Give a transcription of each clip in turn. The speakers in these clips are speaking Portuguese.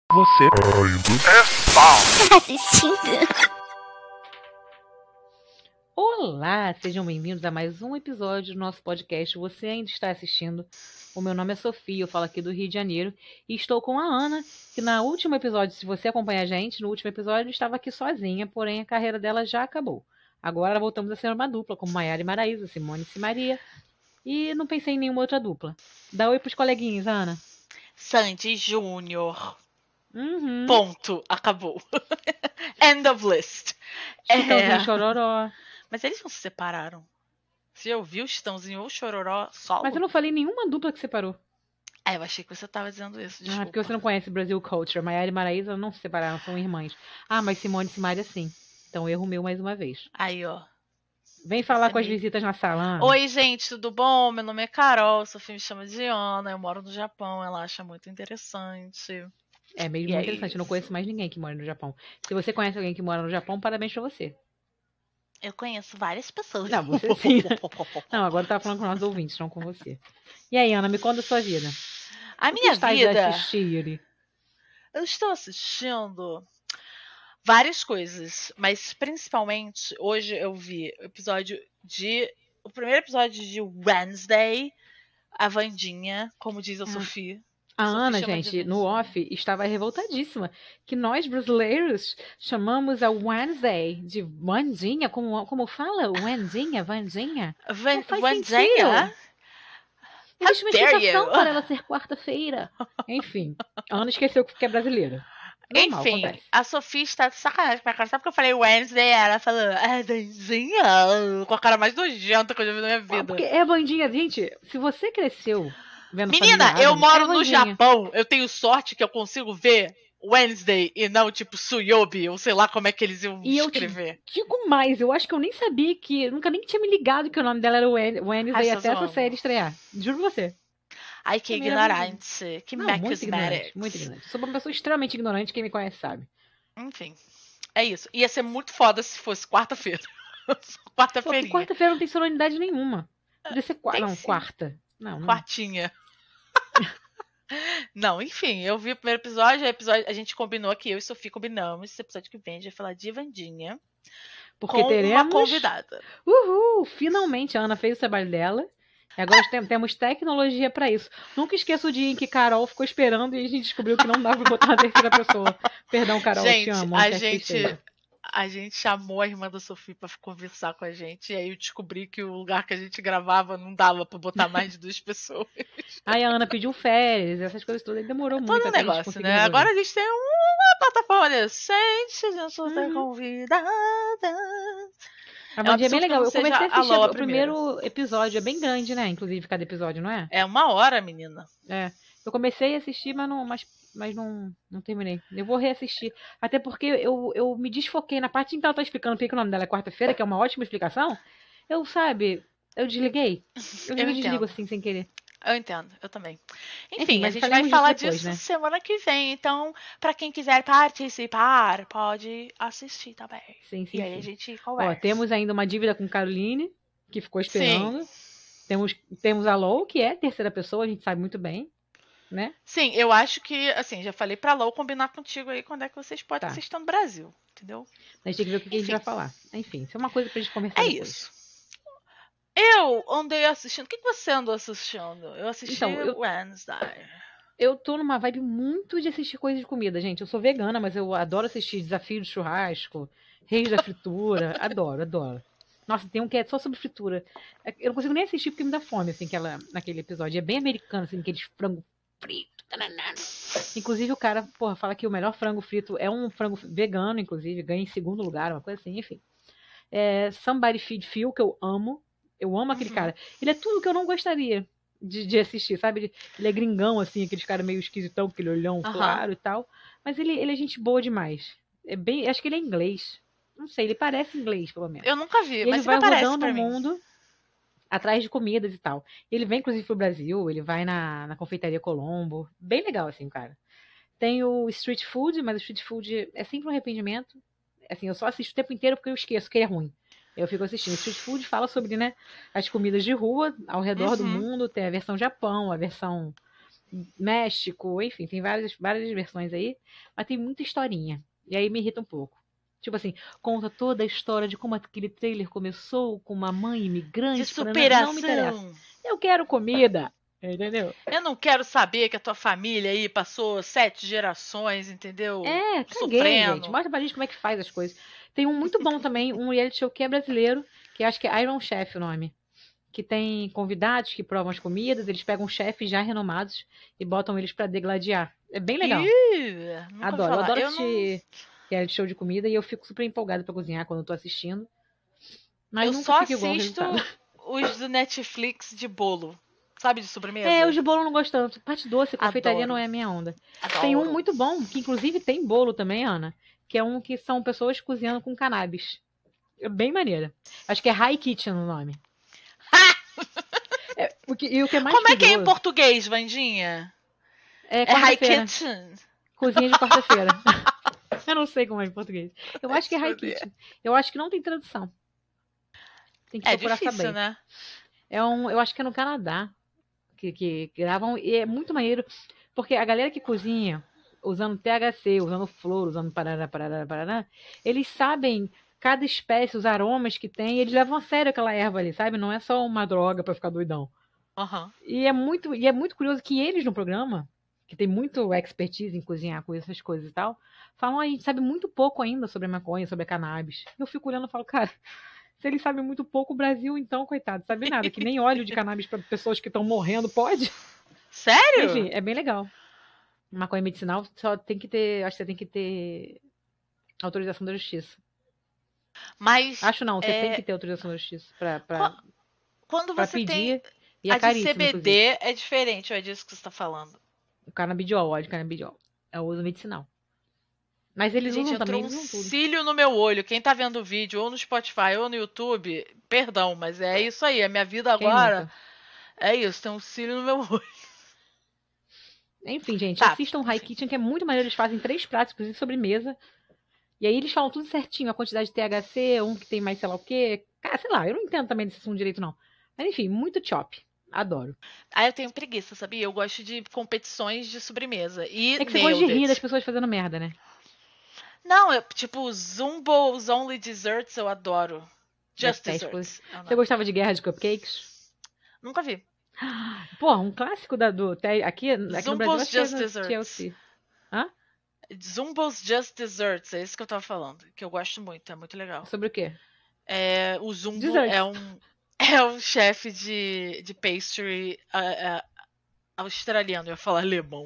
Você está assistindo. Olá, sejam bem-vindos a mais um episódio do nosso podcast. Você ainda está assistindo. O meu nome é Sofia, eu falo aqui do Rio de Janeiro. E estou com a Ana, que no último episódio, se você acompanha a gente, no último episódio estava aqui sozinha, porém a carreira dela já acabou. Agora voltamos a ser uma dupla, como Maiara e Maraísa, Simone e Simaria. E não pensei em nenhuma outra dupla. Dá oi pros coleguinhas, Ana. Sandy Júnior. Uhum. Ponto. Acabou. End of list. Chitãozinho Chororó. Mas eles não se separaram. Você já ouviu Chitãozinho ou Chororó solo? Mas eu não falei nenhuma dupla que separou. Eu achei que você estava dizendo isso, desculpa. Porque você não conhece Brasil Culture. Maiara e Maraísa não se separaram, são irmãs. Mas Simone e Simaria sim. Então erro meu mais uma vez. Aí, ó. Vem falar com as visitas na sala, Ana. Oi, gente, tudo bom? Meu nome é Carol, Sofia me chama de Ana, eu moro no Japão, ela acha muito interessante. É mesmo muito interessante, eu não conheço mais ninguém que mora no Japão. Se você conhece alguém que mora no Japão, parabéns pra você. Eu conheço várias pessoas. Não, você sim. Não, agora eu tava falando com os nossos ouvintes, não com você. E aí, Ana, me conta a sua vida. A minha vida... assistir? Eu estou assistindo várias coisas, mas principalmente hoje eu vi o primeiro episódio de Wednesday, a Wandinha, como diz a Sofia. A Ana, gente, no off, estava revoltadíssima que nós, brasileiros, chamamos a Wednesday de Wandinha, como fala? Wandinha? Wandinha? Existe uma explicação para ela ser quarta-feira. Enfim, a Ana esqueceu que é brasileira. Normal, enfim, acontece. A Sofia está de sacanagem pra cá. Sabe porque eu falei Wednesday? Ela falou, Wandinha, com a cara mais nojenta que eu já vi na minha vida. Porque é Wandinha, gente, se você cresceu vendo Menina, eu moro no Japão, eu tenho sorte que eu consigo ver Wednesday e não tipo Suyobi, ou sei lá como é que eles iam escrever. Eu digo mais, eu acho que eu nem sabia nunca nem tinha me ligado que o nome dela era Wednesday até essa série estrear. Juro pra você. Ai, que ignorante. Que muito ignorante. Sou uma pessoa extremamente ignorante, quem me conhece sabe. Enfim, é isso. Ia ser muito foda se fosse quarta-feira. Quarta-feirinha. Quarta-feira não tem solenidade nenhuma. Podia ser quarta. Não. Quartinha. Não, enfim, eu vi o primeiro episódio, a gente combinou aqui, eu e Sofia combinamos esse episódio que vem, a gente vai falar de Wandinha. Porque teremos uma convidada. Uhul! Finalmente a Ana fez o trabalho dela. E agora temos tecnologia pra isso. Nunca esqueço o dia em que Carol ficou esperando e a gente descobriu que não dava pra botar uma terceira pessoa. Perdão, Carol, gente, te amo. A gente chamou a irmã da Sofia pra conversar com a gente. E aí eu descobri que o lugar que a gente gravava não dava pra botar mais de 2 pessoas. Aí a Ana pediu férias, essas coisas todas. Demorou muito. Todo negócio, né? Agora a gente tem uma plataforma decente, a gente não tem convidada. A Wandinha é bem legal. Eu comecei a assistir o primeiro episódio. É bem grande, né? Inclusive, cada episódio, não é? É 1 hora, menina. É. Eu comecei a assistir, mas não terminei. Eu vou reassistir. Até porque eu me desfoquei na parte em que ela tá explicando porque o nome dela é quarta-feira, que é uma ótima explicação. Eu desliguei. Eu desligo assim, sem querer. Eu entendo, eu também. Enfim, a gente vai falar disso, né? Semana que vem. Então, pra quem quiser participar, pode assistir também. Sim. E aí a gente conversa. Temos ainda uma dívida com Caroline, que ficou esperando. Temos a Lou, que é terceira pessoa, a gente sabe muito bem. Né? Sim, eu acho que, assim, já falei pra Lou combinar contigo aí quando é que vocês podem assistir no Brasil, entendeu? A gente tem que ver o que a gente vai falar. Enfim, isso é uma coisa pra gente conversar depois. Isso. Eu andei assistindo. O que você andou assistindo? Eu assisti Wednesday. Eu tô numa vibe muito de assistir coisa de comida, gente. Eu sou vegana, mas eu adoro assistir Desafio do Churrasco, Reis da Fritura. Adoro. Nossa, tem um que é só sobre fritura. Eu não consigo nem assistir porque me dá fome, assim, naquele episódio. É bem americano, assim, aqueles frango frito. Inclusive o cara, fala que o melhor frango frito é um frango vegano, inclusive, ganha em segundo lugar, uma coisa assim, enfim. Somebody Feed Phil, que eu amo. Eu amo aquele cara. Ele é tudo que eu não gostaria de assistir, sabe? Ele é gringão, assim, aqueles caras meio esquisitão, com aquele olhão claro e tal. Mas ele é gente boa demais. Acho que ele é inglês. Não sei, ele parece inglês, pelo menos. Eu nunca vi, mas ele vai rodando o mundo atrás de comidas e tal. Ele vem, inclusive, pro Brasil, ele vai na Confeitaria Colombo. Bem legal, assim, cara. Tem o Street Food, mas o Street Food é sempre um arrependimento. Assim, eu só assisto o tempo inteiro porque eu esqueço que ele é ruim. Eu fico assistindo. Street Food fala sobre, né, as comidas de rua ao redor do mundo. Tem a versão Japão, a versão México, enfim, tem várias versões aí, mas tem muita historinha. E aí me irrita um pouco. Tipo assim, conta toda a história de como aquele trailer começou com uma mãe De imigrante. Não me interessa. superação. Eu quero comida. Entendeu? Eu não quero saber que a tua família aí passou 7 gerações, entendeu? Caguei, Sofrendo. gente. Mostra pra gente como é que faz as coisas. Tem um muito bom também, um reality show que é brasileiro, que acho que é Iron Chef o nome. Que tem convidados que provam as comidas, eles pegam chefes já renomados e botam eles pra degladiar. É bem legal. Nunca ouvi Adoro. Eu falar. adoro Eu não- assistir reality show de comida e eu fico super empolgada pra cozinhar quando eu tô assistindo. Mas eu nunca só fica igual o assisto resultado. os do Netflix de bolo. Sabe, de sobremesa? É, os de bolo eu não gosto tanto. Parte doce, confeitaria Adoro. não é a minha onda. Adoro. Tem um muito bom, que inclusive tem bolo também, Ana. Que é um que são pessoas cozinhando com cannabis. É bem maneira. Acho que é High Kitchen o nome. E o que é mais Como é que é em perigoso português, Vandinha? é É High quarta-feira. Kitchen. Cozinha de quarta-feira. Eu não sei como é em português. Eu acho que é High Foder. Kitchen. Eu acho que não tem tradução. Tem que É procurar difícil, saber. né? Eu acho que é no Canadá que gravam. E é muito maneiro. Porque a galera que cozinha, usando THC, usando flor, usando parará, eles sabem cada espécie, os aromas que tem, e eles levam a sério aquela erva ali, sabe? Não é só uma droga pra ficar doidão. Aham. E é muito curioso que eles no programa, que tem muito expertise em cozinhar com essas coisas e tal, falam, a gente sabe muito pouco ainda sobre a maconha, sobre a cannabis. Eu fico olhando e falo, cara, se eles sabem muito pouco, o Brasil, então, coitado, sabe nada, que nem óleo de cannabis para pessoas que estão morrendo pode. Sério? Enfim, é bem legal. Maconha medicinal só tem que ter, acho que você tem que ter autorização da justiça. Mas Acho não, você tem É, que ter autorização da justiça pra quando pra você tem pedir. E é a de caríssimo, inclusive. CBD, é diferente, ou é disso que você tá falando? O canabidiol, óleo de canabidiol. É o uso medicinal. Mas eles Gente, usam também, entrou um eles usam tudo. cílio no meu olho. Quem tá vendo o vídeo, ou no Spotify, ou no YouTube, perdão, mas é isso aí. A minha vida Quem agora nunca? é isso. Tem um cílio no meu olho. Enfim, gente, Tá, assistam High Kitchen, que é muito maneiro. Eles fazem 3 pratos, inclusive sobremesa. E aí eles falam tudo certinho, a quantidade de THC, um que tem mais sei lá o quê. Cara, sei lá, eu não entendo também desse assunto direito, não. Mas enfim, muito chop. Adoro. Ah, eu tenho preguiça, sabia? Eu gosto de competições de sobremesa. E É que você gosta de nailed rir das it. pessoas fazendo merda, né? Não, tipo, Zumbo's Only Desserts eu adoro. Just Detesto. Desserts. é o Você nome. gostava de Guerra de Cupcakes? Nunca vi. Pô, um clássico aqui no Brasil, Zumbo's acho que é Just no Desserts. TLC. Hã? Zumbo's Just Desserts, é isso que eu tava falando. Que eu gosto muito, é muito legal. Sobre o quê? O Zumbo Desserts. é um chefe de pastry australiano, eu ia falar alemão.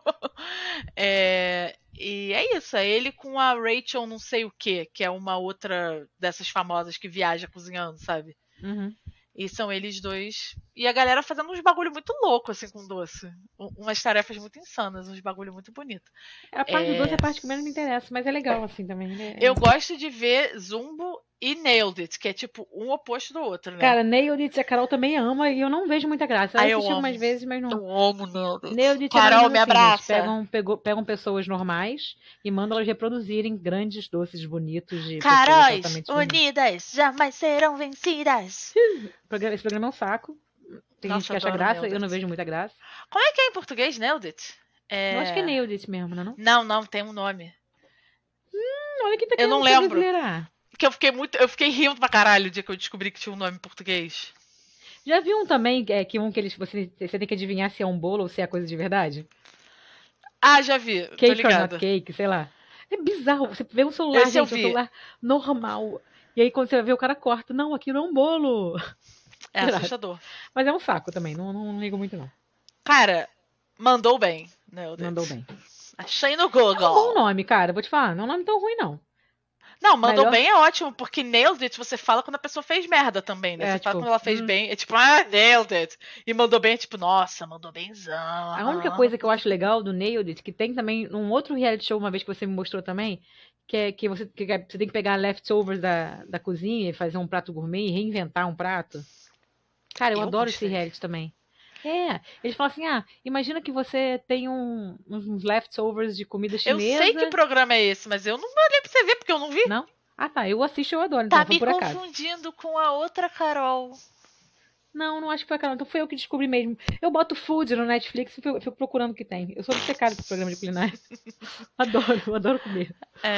E é isso, é ele com a Rachel não sei o que é uma outra dessas famosas que viaja cozinhando, sabe? Uhum. E são eles dois. E a galera fazendo uns bagulho muito louco, assim, com doce. Umas tarefas muito insanas, uns bagulho muito bonito. A parte do doce é a parte que menos me interessa, mas é legal assim também. Né? Eu gosto de ver Zumbo e Nailed It, que é tipo um oposto do outro, né? Cara, Nailed It, a Carol também ama e eu não vejo muita graça. Ela Eu assistiu amo. algumas vezes, mas não. Eu amo Nailed It. Nailed It Carol, é me mais ou menos assim, abraça. gente. Pegam pessoas normais e mandam elas reproduzirem grandes doces bonitos de pessoas Caróis altamente bonitas. unidas jamais serão vencidas. Esse programa é um saco. Tem Nossa, gente que acha adoro graça, Nailed eu não It. vejo muita graça. Como é que é em português, Nailed It? Eu acho que é Nailed It mesmo, não é não? Não, tem um nome. Olha quem tá Eu querendo não se lembro. brasileirar. Porque eu fiquei rindo pra caralho o dia que eu descobri que tinha um nome em português. Já viu um também, você tem que adivinhar se é um bolo ou se é coisa de verdade? Ah, já vi. Tô Cake or ligada. not cake, sei lá. É bizarro. Você vê um celular, Esse eu gente, um vi. celular normal. E aí quando você vai ver, o cara corta. Não, aquilo é um bolo. É Verdade. assustador. Mas é um saco também, não ligo muito não. Cara, mandou bem. Nailed It. Mandou bem. Achei no É um Google. bom nome, cara, vou te falar. Não é um nome tão ruim, não. Não, mandou Melhor- bem é ótimo, porque nailed it você fala quando a pessoa fez merda também, né? É, Você fala tipo, quando ela fez bem, é tipo, nailed it. E mandou bem, é tipo, nossa, mandou benzão. A única coisa que eu acho legal do Nailed It, que tem também um outro reality show, uma vez que você me mostrou também, que é que você tem que pegar leftovers da cozinha e fazer um prato gourmet e reinventar um prato. Cara, eu adoro esse gostei. reality também. Eles falam assim, imagina que você tem uns leftovers de comida Eu chinesa. sei que programa é esse, mas eu não olhei pra você ver, porque eu não vi. Não? Ah, tá, eu assisto, eu adoro, então Tá foi me por acaso. confundindo com a outra Carol. Não acho que foi aquela. Então foi eu que descobri mesmo. Eu boto food no Netflix e fico procurando o que tem. Eu sou obcecada com programa de culinária. Adoro comer.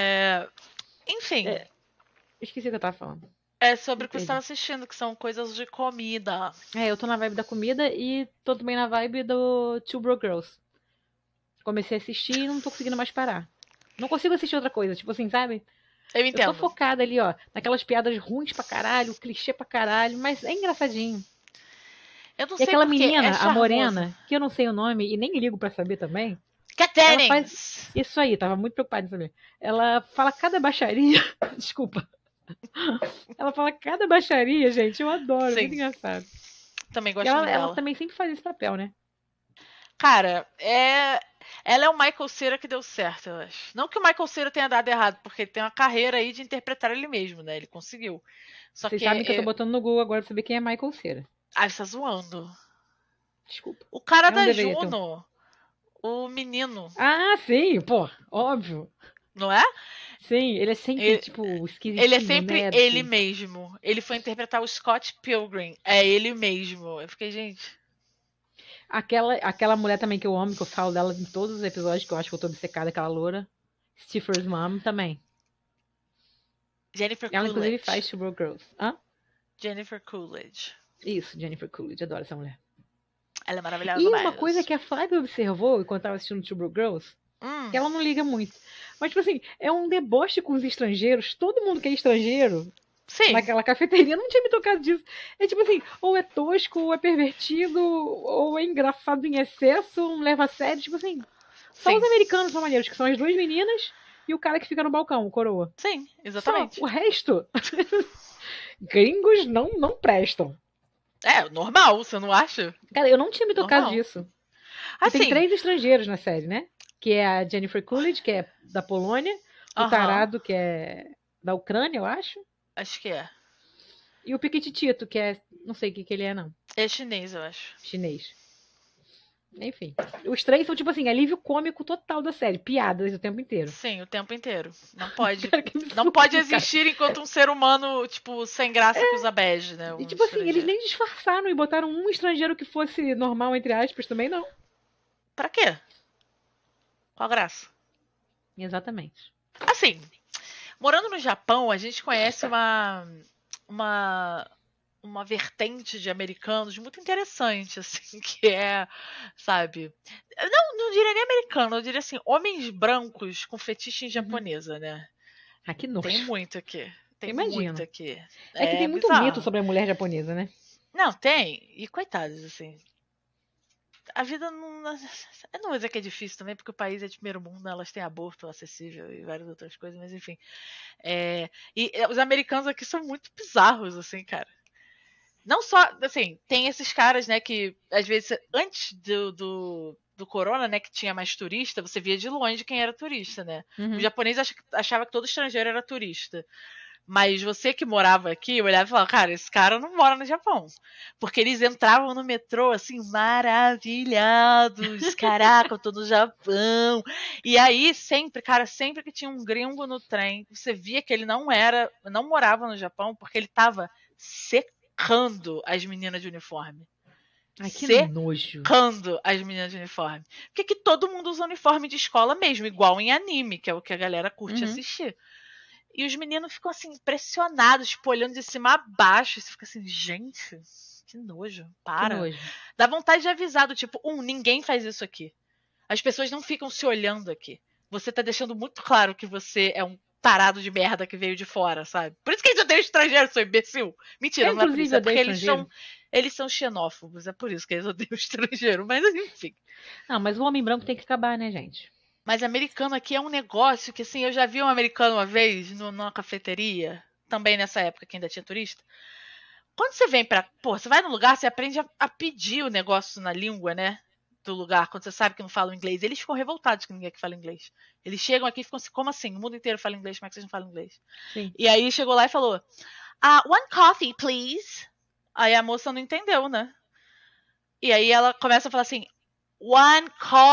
Enfim, Esqueci o que eu tava falando. é sobre o que você Entendi. estava assistindo, que são coisas de comida. Eu tô na vibe da comida e tô também na vibe do Two Broke Girls. Comecei a assistir e não tô conseguindo mais parar. Não consigo assistir outra coisa, tipo assim, sabe? Eu Eu tô entendo. focada ali, ó, naquelas piadas ruins pra caralho, clichê pra caralho, mas é engraçadinho. Eu não E sei aquela porque menina, é a charmoso. morena, que eu não sei o nome e nem ligo pra saber também, Cat ela Dennings! faz. Isso aí, tava muito preocupada em saber. Ela fala cada baixaria. Desculpa. Ela fala cada baixaria, gente. Eu adoro, Sim. muito engraçado. Também E gosto muito ela dela. também sempre faz esse papel, né? Cara, ela é o Michael Cera que deu certo, eu acho. Não que o Michael Cera tenha dado errado, porque ele tem uma carreira aí de interpretar ele mesmo, né? Ele conseguiu. Só Vocês que sabem que eu tô botando no Google agora pra saber quem é Michael Cera. Ai, você tá zoando. Desculpa. O cara Eu não da deveria ter Juno. O menino. Ah, sim, pô, óbvio. Não é? Sim, ele é sempre, Ele, tipo, esquisitinho, ele é sempre nerd. ele mesmo. Ele foi interpretar o Scott Pilgrim. É ele mesmo. Eu fiquei, gente. Aquela mulher também que eu amo, que eu falo dela em todos os episódios, que eu acho que eu tô obcecada, aquela loura. Stifler's Mom também. Jennifer Ela, inclusive, Coolidge. faz Two Broke Girls. Hã? Jennifer Coolidge. Isso, Jennifer Coolidge, adoro essa mulher. Ela é maravilhosa, E mas... uma coisa que a Flávia observou enquanto tava assistindo Two Broke Girls, que ela não liga muito. Mas, tipo assim, é um deboche com os estrangeiros. Todo mundo que é estrangeiro Sim. naquela cafeteria não tinha me tocado disso. É tipo assim, ou é tosco, ou é pervertido, ou é engraçado em excesso, não leva a sério. Tipo assim, só Sim. os americanos são maneiros, que são as duas meninas e o cara que fica no balcão, o coroa. Sim, exatamente. Só, o resto, gringos não prestam. É, normal, você não acha? Cara, eu não tinha me tocado Normal. disso. E tem Assim, 3 estrangeiros na série, né? Que é a Jennifer Coolidge, que é da Polônia, o aham, tarado, que é da Ucrânia, eu acho, acho que é. e o Piquititito, que é, não sei o que ele é, não, É chinês, eu acho. chinês. Enfim, os 3 são tipo assim, alívio cômico total da série, piadas o tempo inteiro. Sim, o tempo inteiro. Não pode. Cara, que absurdo, Não pode cara. existir enquanto um ser humano, tipo, sem graça que usa bege, né? E Um tipo assim, eles estrangeiro. nem disfarçaram e botaram um estrangeiro que fosse normal, entre aspas, também não. Pra quê? Qual a graça? Exatamente. Assim, morando no Japão, a gente conhece uma vertente de americanos muito interessante, assim, que é, sabe? Não diria nem americano, eu diria assim, homens brancos com fetiche em japonesa, né? Ah, que nojo. Tem muito aqui. Tem Imagino. muito aqui. É que tem muito bizarro. mito sobre a mulher japonesa, né? Não, tem. E coitados, assim. A vida não. Eu não vou dizer que é difícil também, porque o país é de primeiro mundo, né? Elas têm aborto acessível e várias outras coisas, mas enfim. Os americanos aqui são muito bizarros, assim, cara. Não só, assim, tem esses caras, né, que às vezes, antes do corona, né, que tinha mais turista, você via de longe quem era turista, né? Uhum. O japonês achava que todo estrangeiro era turista. Mas você que morava aqui, olhava e falava, cara, esse cara não mora no Japão. Porque eles entravam no metrô, assim, maravilhados. Caraca, eu tô no Japão. E aí, sempre que tinha um gringo no trem, você via que ele não morava no Japão, porque ele tava secando as meninas de uniforme. Ai, que nojo. Secando as meninas de uniforme. Porque aqui todo mundo usa uniforme de escola mesmo, igual em anime, que é o que a galera curte assistir. E os meninos ficam assim, impressionados, tipo, olhando de cima a baixo. E você fica assim, gente, que nojo, para. Que nojo. Dá vontade de avisar, do tipo, ninguém faz isso aqui. As pessoas não ficam se olhando aqui. Você tá deixando muito claro que você é um tarado de merda que veio de fora, sabe? Por isso que eles odeiam estrangeiro, seu imbecil. Mentira, não é por isso. É porque eles são xenófobos. É por isso que eles odeiam estrangeiro. Mas enfim. Não, mas o homem branco tem que acabar, né, gente? Mas americano aqui é um negócio que, assim, eu já vi um americano uma vez numa cafeteria, também nessa época que ainda tinha turista. Quando você vem você vai no lugar, você aprende a pedir o negócio na língua, né? Do lugar, quando você sabe que não fala inglês. Eles ficam revoltados que ninguém aqui fala inglês. Eles chegam aqui e ficam assim, como assim? O mundo inteiro fala inglês, como é que vocês não falam inglês? Sim. E aí chegou lá e falou, one coffee, please. Aí a moça não entendeu, né? E aí ela começa a falar assim, one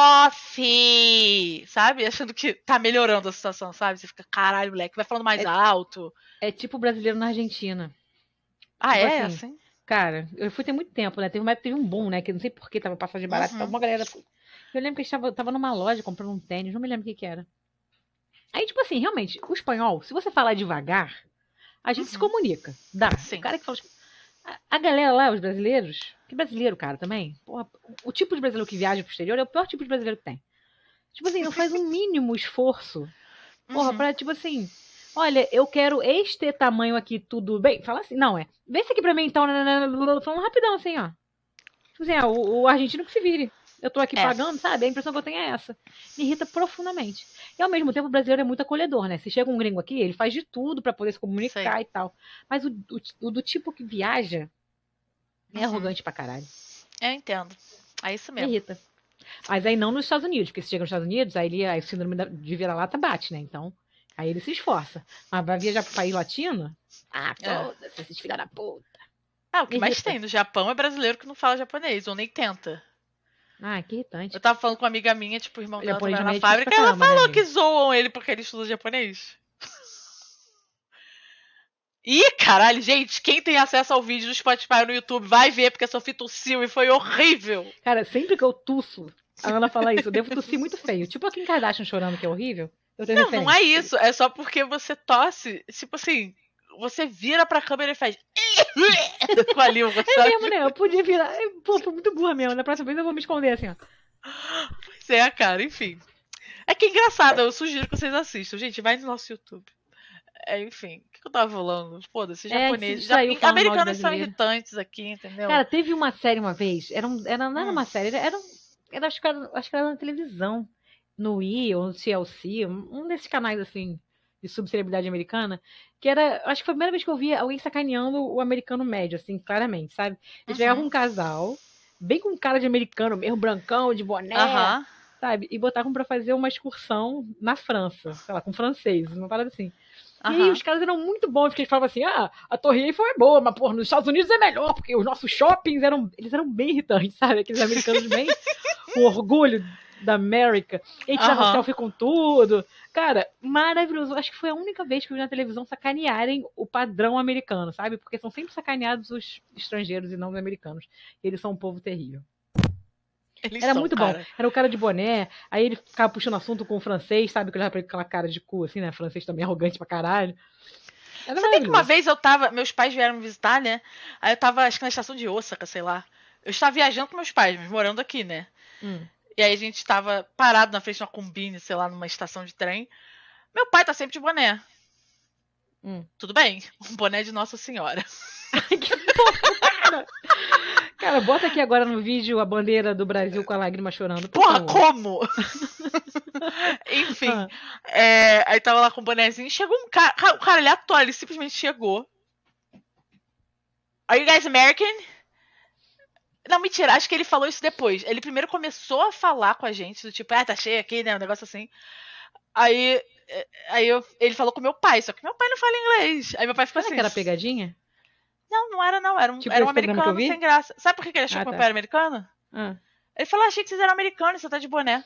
coffee, sabe? Achando que tá melhorando a situação, sabe? Você fica, caralho, moleque, vai falando mais alto. É tipo brasileiro na Argentina. Ah, tipo é assim? assim? cara. Eu fui tem muito tempo, né? Teve uma época que teve um boom, né? Que eu não sei por que tava passagem barata. Tava uma galera. Eu lembro que a gente tava numa loja comprando um tênis, não me lembro o que que era. Aí, tipo assim, realmente, o espanhol, se você falar devagar, a gente se comunica. Dá. Sim. O cara que fala. A galera lá, os brasileiros, que brasileiro, cara, também. Porra, o tipo de brasileiro que viaja pro exterior é o pior tipo de brasileiro que tem. Tipo assim, não faz um mínimo esforço. Porra, pra, tipo assim, olha, eu quero este tamanho aqui, tudo bem? Fala assim, não, vê isso aqui pra mim então, falando rapidão assim, ó. Tipo assim, o argentino que se vire. Eu tô aqui pagando, sabe? A impressão que eu tenho é essa. Me irrita profundamente. E ao mesmo tempo o brasileiro é muito acolhedor, né? Se chega um gringo aqui, ele faz de tudo pra poder se comunicar e tal. Mas o do tipo que viaja é arrogante pra caralho. Eu entendo. É isso Me mesmo. irrita. Mas aí não nos Estados Unidos, porque se chega nos Estados Unidos, aí o síndrome de vira-lata bate, né? Então, aí ele se esforça. Mas vai viajar pro país latino? Ah, foda-se, esses filha da puta. O que mais tem no Japão é brasileiro que não fala japonês, ou nem tenta. Ah, que irritante. Eu tava falando com uma amiga minha, tipo, o irmão dela trabalha na é fábrica, difícil pra ela caramba, falou né, que zoam ele porque ele estuda japonês. Ih, caralho, gente, quem tem acesso ao vídeo do Spotify ou no YouTube vai ver, porque a Sophie tossiu e foi horrível. Cara, sempre que eu tuço, a Ana fala isso, eu devo tossir muito feio. Tipo a Kim Kardashian chorando, que é horrível. Eu tenho Não é isso, é só porque você tosse, tipo assim, você vira pra câmera e faz com a língua, É sabe? mesmo, né? Eu podia virar. Pô, foi muito burra mesmo. Na próxima vez eu vou me esconder assim, ó. Pois é, cara, enfim. É que é engraçado, eu sugiro que vocês assistam. Gente, vai no nosso YouTube. Enfim, o que eu tava falando? Foda-se, japoneses. Americanos são irritantes aqui, entendeu? Cara, teve uma série uma vez, não era uma série, acho que era na televisão, no E ou no TLC, um desses canais assim, de subcelebridade americana, que era, acho que foi a primeira vez que eu vi alguém sacaneando o americano médio, assim, claramente, sabe? Eles pegavam um casal, bem com cara de americano, mesmo brancão, de boné, sabe? E botavam pra fazer uma excursão na França, sei lá, com francês, uma parada assim. E aí os caras eram muito bons, porque eles falavam assim, a Torre Eiffel é boa, mas, porra, nos Estados Unidos é melhor, porque os nossos shoppings eles eram bem irritantes, sabe? Aqueles americanos bem com orgulho da América. E aí tiravam selfie com tudo. Cara, maravilhoso. Acho que foi a única vez que eu vi na televisão sacanearem o padrão americano, sabe? Porque são sempre sacaneados os estrangeiros e não os americanos. Eles são um povo terrível. Era muito bom. Era o cara de boné, aí ele ficava puxando assunto com o francês, sabe? Que ele com aquela cara de cu, assim, né? Francês também arrogante pra caralho. Sabia que uma vez meus pais vieram me visitar, né? Aí eu tava, acho que na estação de Osaka, sei lá. Eu estava viajando com meus pais, mas morando aqui, né? E aí a gente tava parado na frente de uma combine, sei lá, numa estação de trem. Meu pai tá sempre de boné. Tudo bem, um boné de Nossa Senhora. Que porra, cara. Cara, bota aqui agora no vídeo a bandeira do Brasil com a lágrima chorando. Porra, como? Enfim. Aí tava lá com o bonézinho. Chegou um cara. O cara aleatório, ele simplesmente chegou. Are you guys American? Não, mentira, acho que ele falou isso depois. Ele primeiro começou a falar com a gente, do tipo, tá cheio aqui, né? Um negócio assim. Aí ele falou com meu pai, só que meu pai não fala inglês. Aí meu pai ficou assim. Será que era pegadinha? Não era não. Era um americano sem graça. Sabe por que ele achou que meu pai era americano? Ele falou, achei que vocês eram americanos, você tá de boné.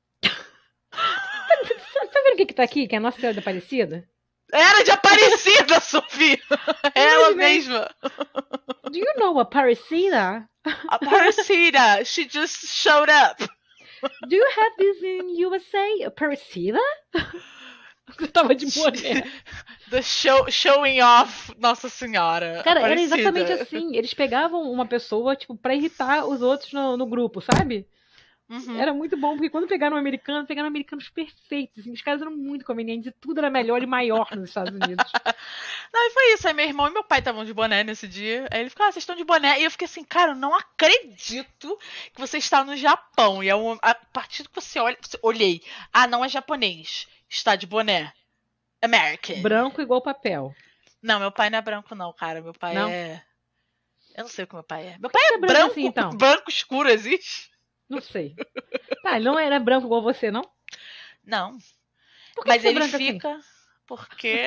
Tá vendo o que tá aqui? Que é a Nossa Senhora da Aparecida? Era de Aparecida, Sofia! Ela mesma. Do you know Aparecida? Aparecida, she just showed up. Do you have this in USA? Aparecida? Eu tava de boné. The showing off Nossa Senhora. Cara, Aparecida. era exatamente assim. Eles pegavam uma pessoa, tipo, pra irritar os outros no grupo, sabe? Era muito bom, porque quando pegaram americanos perfeitos. Assim, os caras eram muito convenientes e tudo era melhor e maior nos Estados Unidos. Não, e foi isso. Aí meu irmão e meu pai estavam de boné nesse dia. Aí ele ficou, vocês estão de boné. E eu fiquei assim, cara, eu não acredito que você está no Japão. E a partir que você olha, olhei. Não é japonês. Está de boné. American. Branco igual papel. Não, meu pai não é branco não, cara. Meu pai não? é... Eu não sei o que meu pai é. Meu pai é branco assim, então? Branco escuro, existe? Não sei. Tá, ele não era branco igual você, não? Não. Por que mas você ele fica assim? Porque...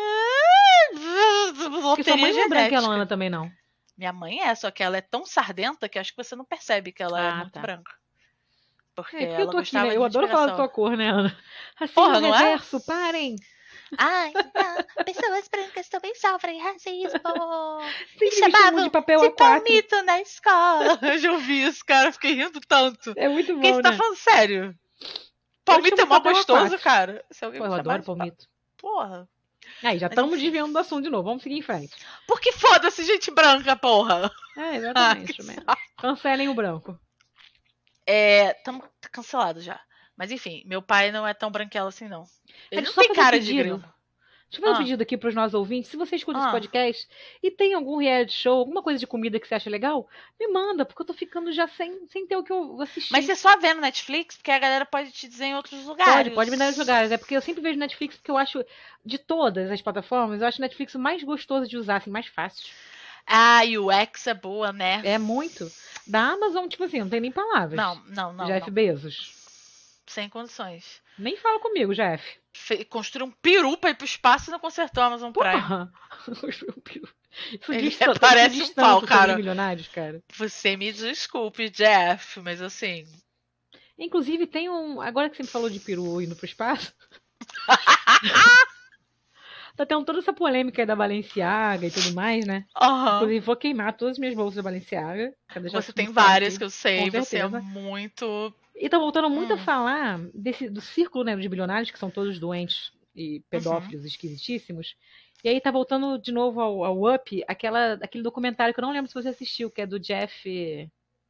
Porque sua mãe não é branquelona também, não. Minha mãe é, só que ela é tão sardenta que acho que você não percebe que ela é muito branca. Porque eu tô aqui, né? Eu adoro falar da tua cor, né, Ana? Assim, porra, no não reverso, parem! Ah, então, pessoas brancas também sofrem racismo. Tem Me que vestir um chamavam monte de papel de A4. palmito na escola. Eu já ouvi isso, cara. Fiquei rindo tanto. É muito Porque bom, você tá né? falando sério. Palmito é chamo mó papel gostoso, A4. cara. Se alguém Pô, me eu chamar adoro de palmito. porra. Aí, já Mas estamos enfim. desviando do assunto de novo. Vamos seguir em frente. Porque foda-se gente branca, porra. É, Ah, exatamente. que né? saco. Cancelem o branco. Tamo cancelado já. Mas enfim, meu pai não é tão branquelo assim, não. Ele Deixa eu não só tem fazer um cara de pedido. gringo. Deixa eu fazer um Ah, pedido aqui para os nossos ouvintes. Se você escuta esse ah. podcast e tem algum reality show, alguma coisa de comida que você acha legal, me manda, porque eu tô ficando já sem ter o que eu assistir. Mas você só vê no Netflix, porque a galera pode te dizer em outros lugares. Pode me dar os lugares. É porque eu sempre vejo Netflix, porque eu acho, de todas as plataformas, eu acho Netflix o mais gostoso de usar, assim, mais fácil. Ah, e o X é boa, né? É muito. Da Amazon, tipo assim, não tem nem palavras. Não. Jeff Bezos. Sem condições. Nem fala comigo, Jeff. Construiu um peru pra ir pro espaço e não consertou a Amazon Prime. Porra! Isso Ele diz tanto, parece isso diz um pau, tanto sobre cara. os milionários, cara. Você me desculpe, Jeff, mas assim... Inclusive, tem um... Agora que você me falou de peru indo pro espaço... Tá tendo toda essa polêmica aí da Balenciaga e tudo mais, né? Aham. Inclusive, vou queimar todas as minhas bolsas da Balenciaga. Você tem várias que eu sei, Com você é certeza. muito... E tá voltando muito a falar do círculo, né, dos bilionários, que são todos doentes e pedófilos esquisitíssimos. E aí tá voltando de novo ao Up, aquele documentário que eu não lembro se você assistiu, que é do Jeff...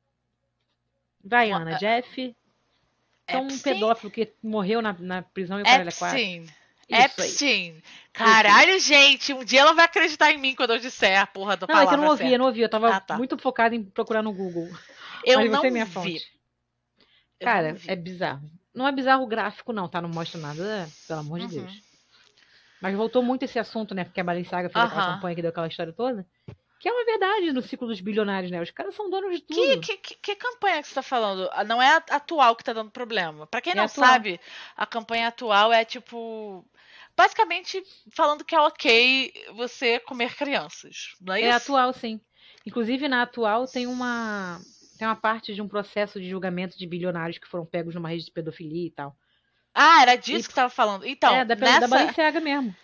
Vai, Ana, Jeff... É um pedófilo que morreu na prisão e o cara é 4. Epstein. Caralho, gente, um dia ela vai acreditar em mim quando eu disser a porra da palavra Não, é que eu não ouvi. Eu tava tá. muito focada em procurar no Google. Eu Mas não você é minha vi. fonte. Eu Cara, não vi. é bizarro. Não é bizarro o gráfico, não, tá? Não mostra nada, pelo amor de Deus. Mas voltou muito esse assunto, né? Porque a Balenciaga fez aquela campanha que deu aquela história toda. Que é uma verdade no ciclo dos bilionários, né? Os caras são donos de tudo. Que campanha que você tá falando? Não é a atual que tá dando problema. Pra quem não atual. sabe, a campanha atual é tipo... Basicamente falando que é ok você comer crianças. Não é isso? É atual, sim. Inclusive, na atual tem uma parte de um processo de julgamento de bilionários que foram pegos numa rede de pedofilia e tal. Ah, era disso que você tava falando. Então, da Balenciaga mesmo.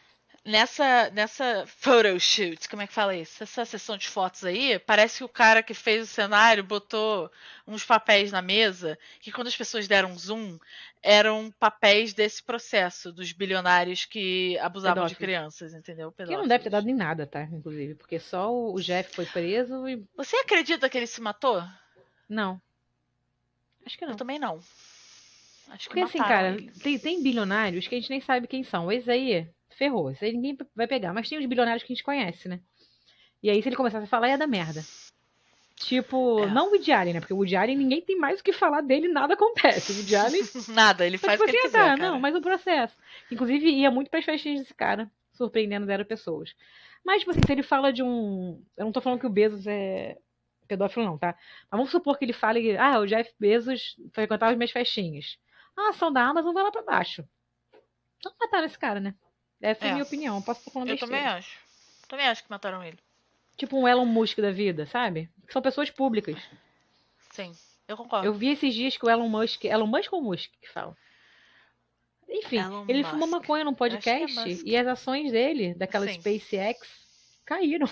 Nessa photoshoot, como é que fala isso? Essa sessão de fotos aí, parece que o cara que fez o cenário botou uns papéis na mesa, que quando as pessoas deram zoom, eram papéis desse processo, dos bilionários que abusavam de crianças, entendeu? Que não deve ter dado em nada, tá? Inclusive, porque só o Jeff foi preso e... Você acredita que ele se matou? Não. Acho que não. Eu também não. Acho que porque assim, cara, tem bilionários que a gente nem sabe quem são. Esse aí... ferrou, isso aí ninguém vai pegar. Mas tem os bilionários que a gente conhece, né? E aí, se ele começasse a falar, ia dar merda. Tipo, não o Woody Allen, né? Porque o Woody Allen, ninguém tem mais o que falar dele, nada acontece. O Woody Allen... nada, ele faz o que ele quiser, cara. Não, mas o processo. Inclusive, ia muito pras festinhas desse cara, surpreendendo 0 pessoas. Mas, tipo assim, se ele fala de um... Eu não tô falando que o Bezos é pedófilo, não, tá? Mas vamos supor que ele fale, o Jeff Bezos frequentava as minhas festinhas. A ação da Amazon vai lá pra baixo. Não mataram esse cara, né? Essa é a minha opinião. Eu posso estar falando besteira. Também acho que mataram ele. Tipo um Elon Musk da vida, sabe? Que são pessoas públicas. Sim, eu concordo. Eu vi esses dias que o Elon Musk ou Musk que fala? Enfim, ele fumou maconha num podcast e as ações dele, daquela SpaceX, caíram.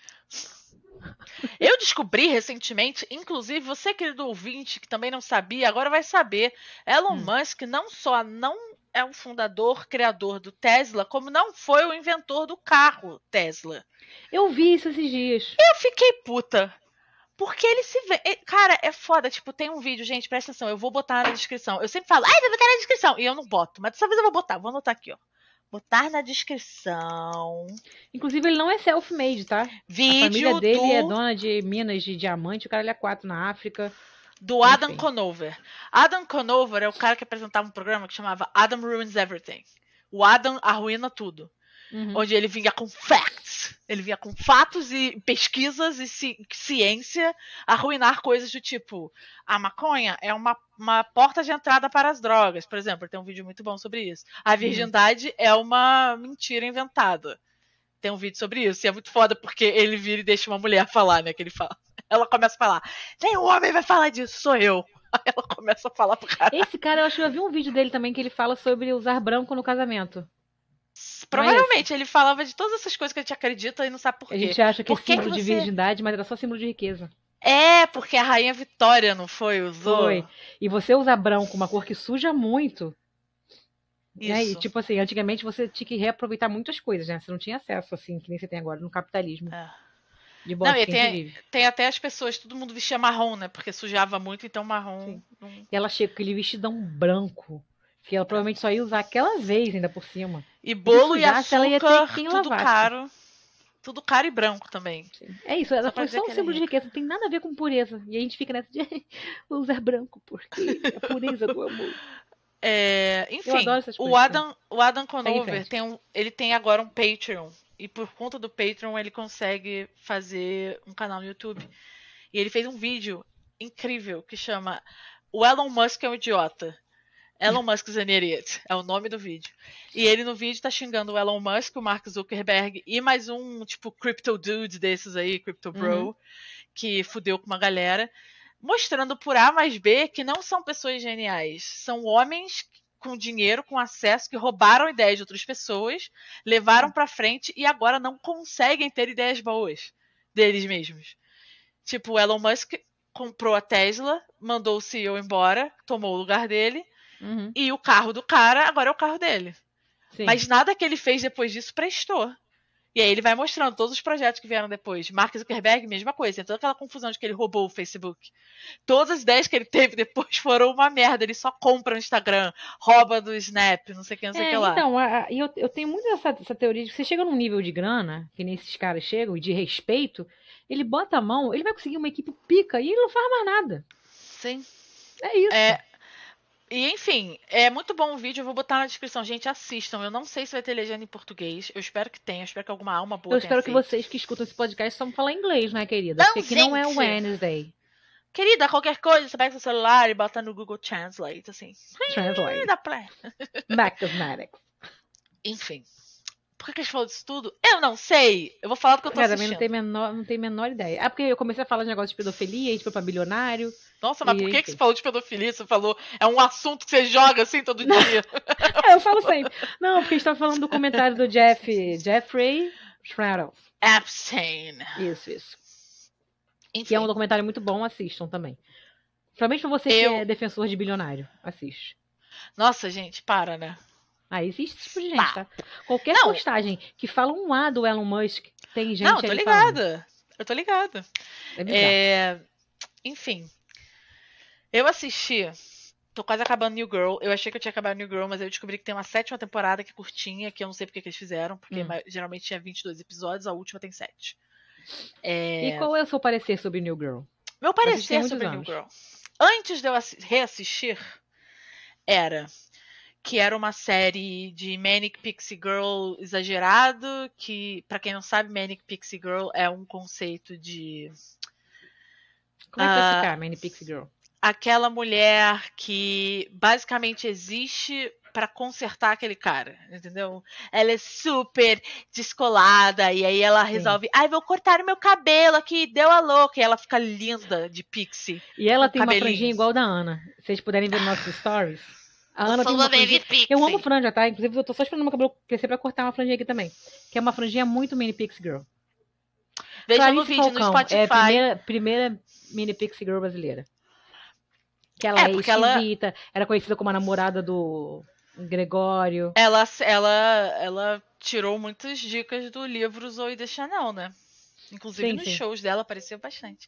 Eu descobri recentemente, inclusive você, querido ouvinte, que também não sabia, agora vai saber. Elon Musk não só não é o fundador, criador do Tesla, como não foi o inventor do carro Tesla. Eu vi isso esses dias. Eu fiquei puta. Porque ele se vê... Cara, é foda. Tipo, tem um vídeo, gente, presta atenção. Eu vou botar na descrição. Eu sempre falo, vai botar na descrição. E eu não boto. Mas dessa vez eu vou botar. Vou anotar aqui, ó. Botar na descrição. Inclusive, ele não é self-made, tá? Vídeo a família dele é dona de minas de diamante. O cara ele é 4 na África. Do Adam Conover. Adam Conover é o cara que apresentava um programa que chamava Adam Ruins Everything. O Adam arruína tudo. Onde ele vinha com facts. Ele vinha com fatos e pesquisas e ciência arruinar coisas do tipo: a maconha é uma porta de entrada para as drogas. Por exemplo, tem um vídeo muito bom sobre isso. A virgindade é uma mentira inventada. Tem um vídeo sobre isso. E é muito foda porque ele vira e deixa uma mulher falar, né? Que ele fala. Ela começa a falar: nenhum homem vai falar disso, sou eu. Aí ela começa a falar pro cara. Esse cara, eu acho que eu vi um vídeo dele também que ele fala sobre usar branco no casamento. Provavelmente ele falava de todas essas coisas que a gente acredita e não sabe por quê. A gente acha que é Por que símbolo de virgindade, mas era só símbolo de riqueza. É, porque a Rainha Vitória, não foi? Usou? Foi. E você usar branco, uma cor que suja muito. Né? E, Isso. tipo assim, antigamente você tinha que reaproveitar muitas coisas, né? Você não tinha acesso, assim, que nem você tem agora no capitalismo. É. De bosta Não, e que a gente vive. tem até as pessoas, todo mundo vestia marrom, né? Porque sujava muito, então marrom. Sim. Não... E ela chega com aquele vestidão branco. Que ela provavelmente só ia usar aquela vez ainda por cima. E bolo e sujasse, ela ia ter açúcar, quem tudo lavasse. caro. Tudo caro e branco também. Sim. É isso, ela Só pra foi dizer só um que ela é símbolo de rica. riqueza, não tem nada a ver com pureza. E a gente fica nessa de usar branco, porque é a pureza do amor. Enfim, Eu adoro essas o coisas. Adam Segue em Conover frente. ele tem agora um Patreon. E por conta do Patreon ele consegue fazer um canal no YouTube. E ele fez um vídeo incrível que chama O Elon Musk é um idiota. Elon Musk's an idiot. É o nome do vídeo. E ele no vídeo tá xingando o Elon Musk, o Mark Zuckerberg e mais um, tipo, crypto dude desses aí, crypto bro, que fudeu com uma galera. Mostrando por A mais B que não são pessoas geniais. São homens com dinheiro, com acesso, que roubaram ideias de outras pessoas, levaram pra frente e agora não conseguem ter ideias boas deles mesmos. Tipo, o Elon Musk comprou a Tesla, mandou o CEO embora, tomou o lugar dele, Uhum. e o carro do cara agora é o carro dele. Sim. Mas nada que ele fez depois disso prestou. E aí ele vai mostrando todos os projetos que vieram depois. Mark Zuckerberg, mesma coisa. Tem toda aquela confusão de que ele roubou o Facebook. Todas as ideias que ele teve depois foram uma merda. Ele só compra no Instagram, rouba do Snap, não sei o que, não sei o que lá. Então, eu tenho muito essa teoria de que você chega num nível de grana, que nem esses caras chegam, e de respeito, ele bota a mão, ele vai conseguir uma equipe pica e ele não faz mais nada. Sim. É isso. E enfim, é muito bom o vídeo, eu vou botar na descrição. Gente, assistam. Eu não sei se vai ter legenda em português. Eu espero que tenha, eu espero que alguma alma boa Eu tenha espero que feito. vocês que escutam esse podcast só falar inglês, né, querida? Não, Porque aqui não é o gente! Wednesday. Querida, qualquer coisa, você pega seu celular e bota no Google Translate, assim. Translate. Dá pra... Mac Cosmetics. Enfim. Por que a gente falou disso tudo? Eu não sei. Eu vou falar do que eu tô Cara, assistindo. não tenho a menor ideia. Porque eu comecei a falar de negócio de pedofilia, a gente foi pra bilionário. Nossa, mas por que enfim. você falou de pedofilia? Você falou, é um assunto que você joga assim todo dia. Eu falo sempre. Não, porque a gente tava falando do comentário do Jeffrey Schrader. Epstein. Isso. Enfim, Que é um documentário muito bom, assistam também. Principalmente pra você que é defensor de bilionário. Assiste. Nossa, gente, para, né? Existe esse tipo de gente, tá? Qualquer postagem que fala um A do Elon Musk, tem gente Não, eu tô aí ligada. falando. Eu tô ligada. É bizarro. Enfim. Eu assisti. Tô quase acabando New Girl. Eu achei que eu tinha acabado New Girl, mas eu descobri que tem uma 7ª temporada que é curtinha, que eu não sei porque que eles fizeram, porque geralmente tinha 22 episódios, a última tem 7. E qual é o seu parecer sobre New Girl? Meu parecer sobre New Girl. Antes de eu reassistir, era uma série de Manic Pixie Girl exagerado, que, pra quem não sabe, Manic Pixie Girl é um conceito de... Como é que vai ficar, Manic Pixie Girl? Aquela mulher que basicamente existe pra consertar aquele cara, entendeu? Ela é super descolada e aí ela resolve, vou cortar o meu cabelo aqui, deu a louca, e ela fica linda de pixie. E ela tem uma franjinha igual da Ana. Se vocês puderem ver nossos stories. A Ana tem uma franjinha. Eu amo franja, tá? Inclusive eu tô só esperando meu cabelo crescer pra cortar uma franjinha aqui também. Que é uma franjinha muito Mini Pixie Girl. Veja no vídeo no Spotify. É a primeira Mini Pixie Girl brasileira. Que ela é esquisita. Era conhecida como a namorada do Gregório. Ela tirou muitas dicas do livro Zoe de Chanel, né? Inclusive nos shows dela apareceu bastante.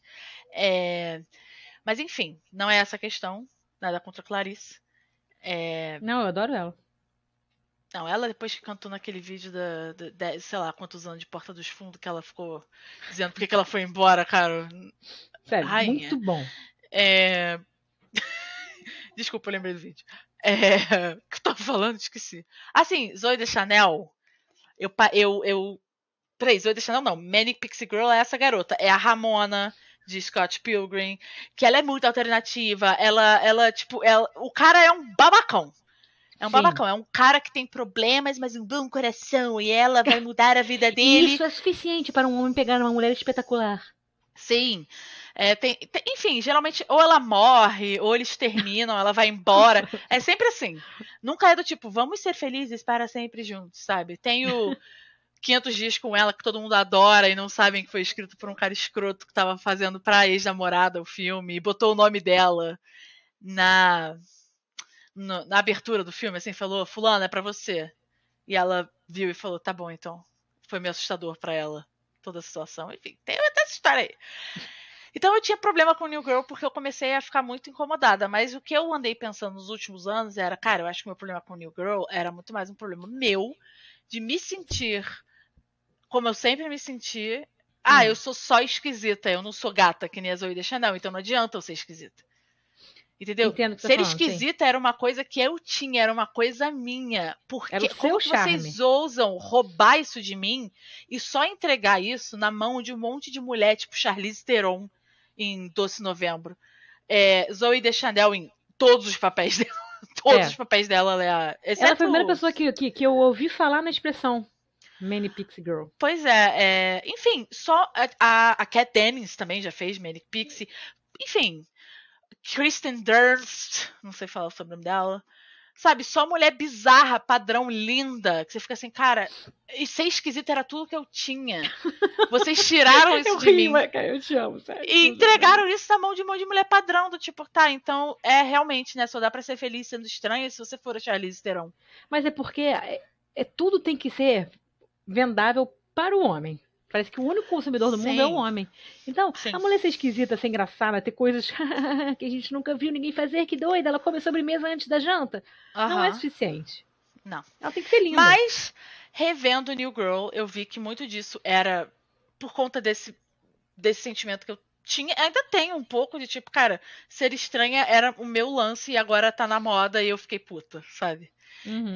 Mas enfim, não é essa a questão. Nada contra a Clarice. Não, eu adoro ela. Não, ela depois que cantou naquele vídeo da sei lá quantos anos de Porta dos Fundos, que ela ficou dizendo por que ela foi embora, cara. Sério, Rainha. muito bom. Desculpa, eu lembrei do vídeo. O que eu tava falando? Esqueci. Assim, Zoe de Chanel. Peraí, Zoe de Chanel não. Manic Pixie Girl é essa garota. É a Ramona de Scott Pilgrim. Que ela é muito alternativa. O cara é um babacão. É um babacão. É um cara que tem problemas, mas um bom coração. E ela vai mudar a vida dele. Isso é suficiente para um homem pegar uma mulher espetacular. Sim. Enfim, geralmente ou ela morre, ou eles terminam, ela vai embora. É sempre assim. Nunca é do tipo, vamos ser felizes para sempre juntos, sabe? Tem o 500 dias com ela, que todo mundo adora e não sabem que foi escrito por um cara escroto que tava fazendo pra ex-namorada o filme e botou o nome dela na, na abertura do filme, assim, falou, fulano, é pra você. E ela viu e falou, tá bom, então. Foi meio assustador pra ela, toda a situação. Enfim, tem até essa história aí. Então eu tinha problema com New Girl porque eu comecei a ficar muito incomodada. Mas o que eu andei pensando nos últimos anos era, cara, eu acho que o meu problema com New Girl era muito mais um problema meu de me sentir como eu sempre me senti. Eu sou só esquisita, eu não sou gata, que nem a Zoe Deschanel, então não adianta eu ser esquisita. Entendeu? Entendo o que você Ser tá falando, esquisita era uma coisa que eu tinha, era uma coisa minha. Porque Era o como seu que vocês ousam roubar isso de mim e só entregar isso na mão de um monte de mulher, tipo Charlize Theron em Doce Novembro? Zoe Deschanel em todos os papéis dela. Todos os papéis dela, ela é exceto... Ela foi a primeira pessoa que eu ouvi falar na expressão Manic Pixie Girl. Pois é, enfim, só a Kat Dennings também já fez Manic Pixie. Enfim, Kristen Dunst, não sei falar o sobrenome dela. Sabe, só mulher bizarra, padrão, linda, que você fica assim, cara, e ser esquisita era tudo que eu tinha. Vocês tiraram isso de mim. Eu te amo, sério. E entregaram isso na mão de mulher padrão, do tipo, tá, então realmente, né, só dá pra ser feliz sendo estranha se você for a Charlize Theron. Mas é porque tudo tem que ser vendável para o homem. Parece que o único consumidor do mundo é o homem. Então, a mulher ser esquisita, ser engraçada, ter coisas que a gente nunca viu ninguém fazer, que doida, ela come sobremesa antes da janta, não é suficiente. Não. Ela tem que ser linda. Mas, revendo New Girl, eu vi que muito disso era por conta desse sentimento que eu tinha. Ainda tenho um pouco de tipo, cara, ser estranha era o meu lance e agora tá na moda e eu fiquei puta, sabe? Uhum.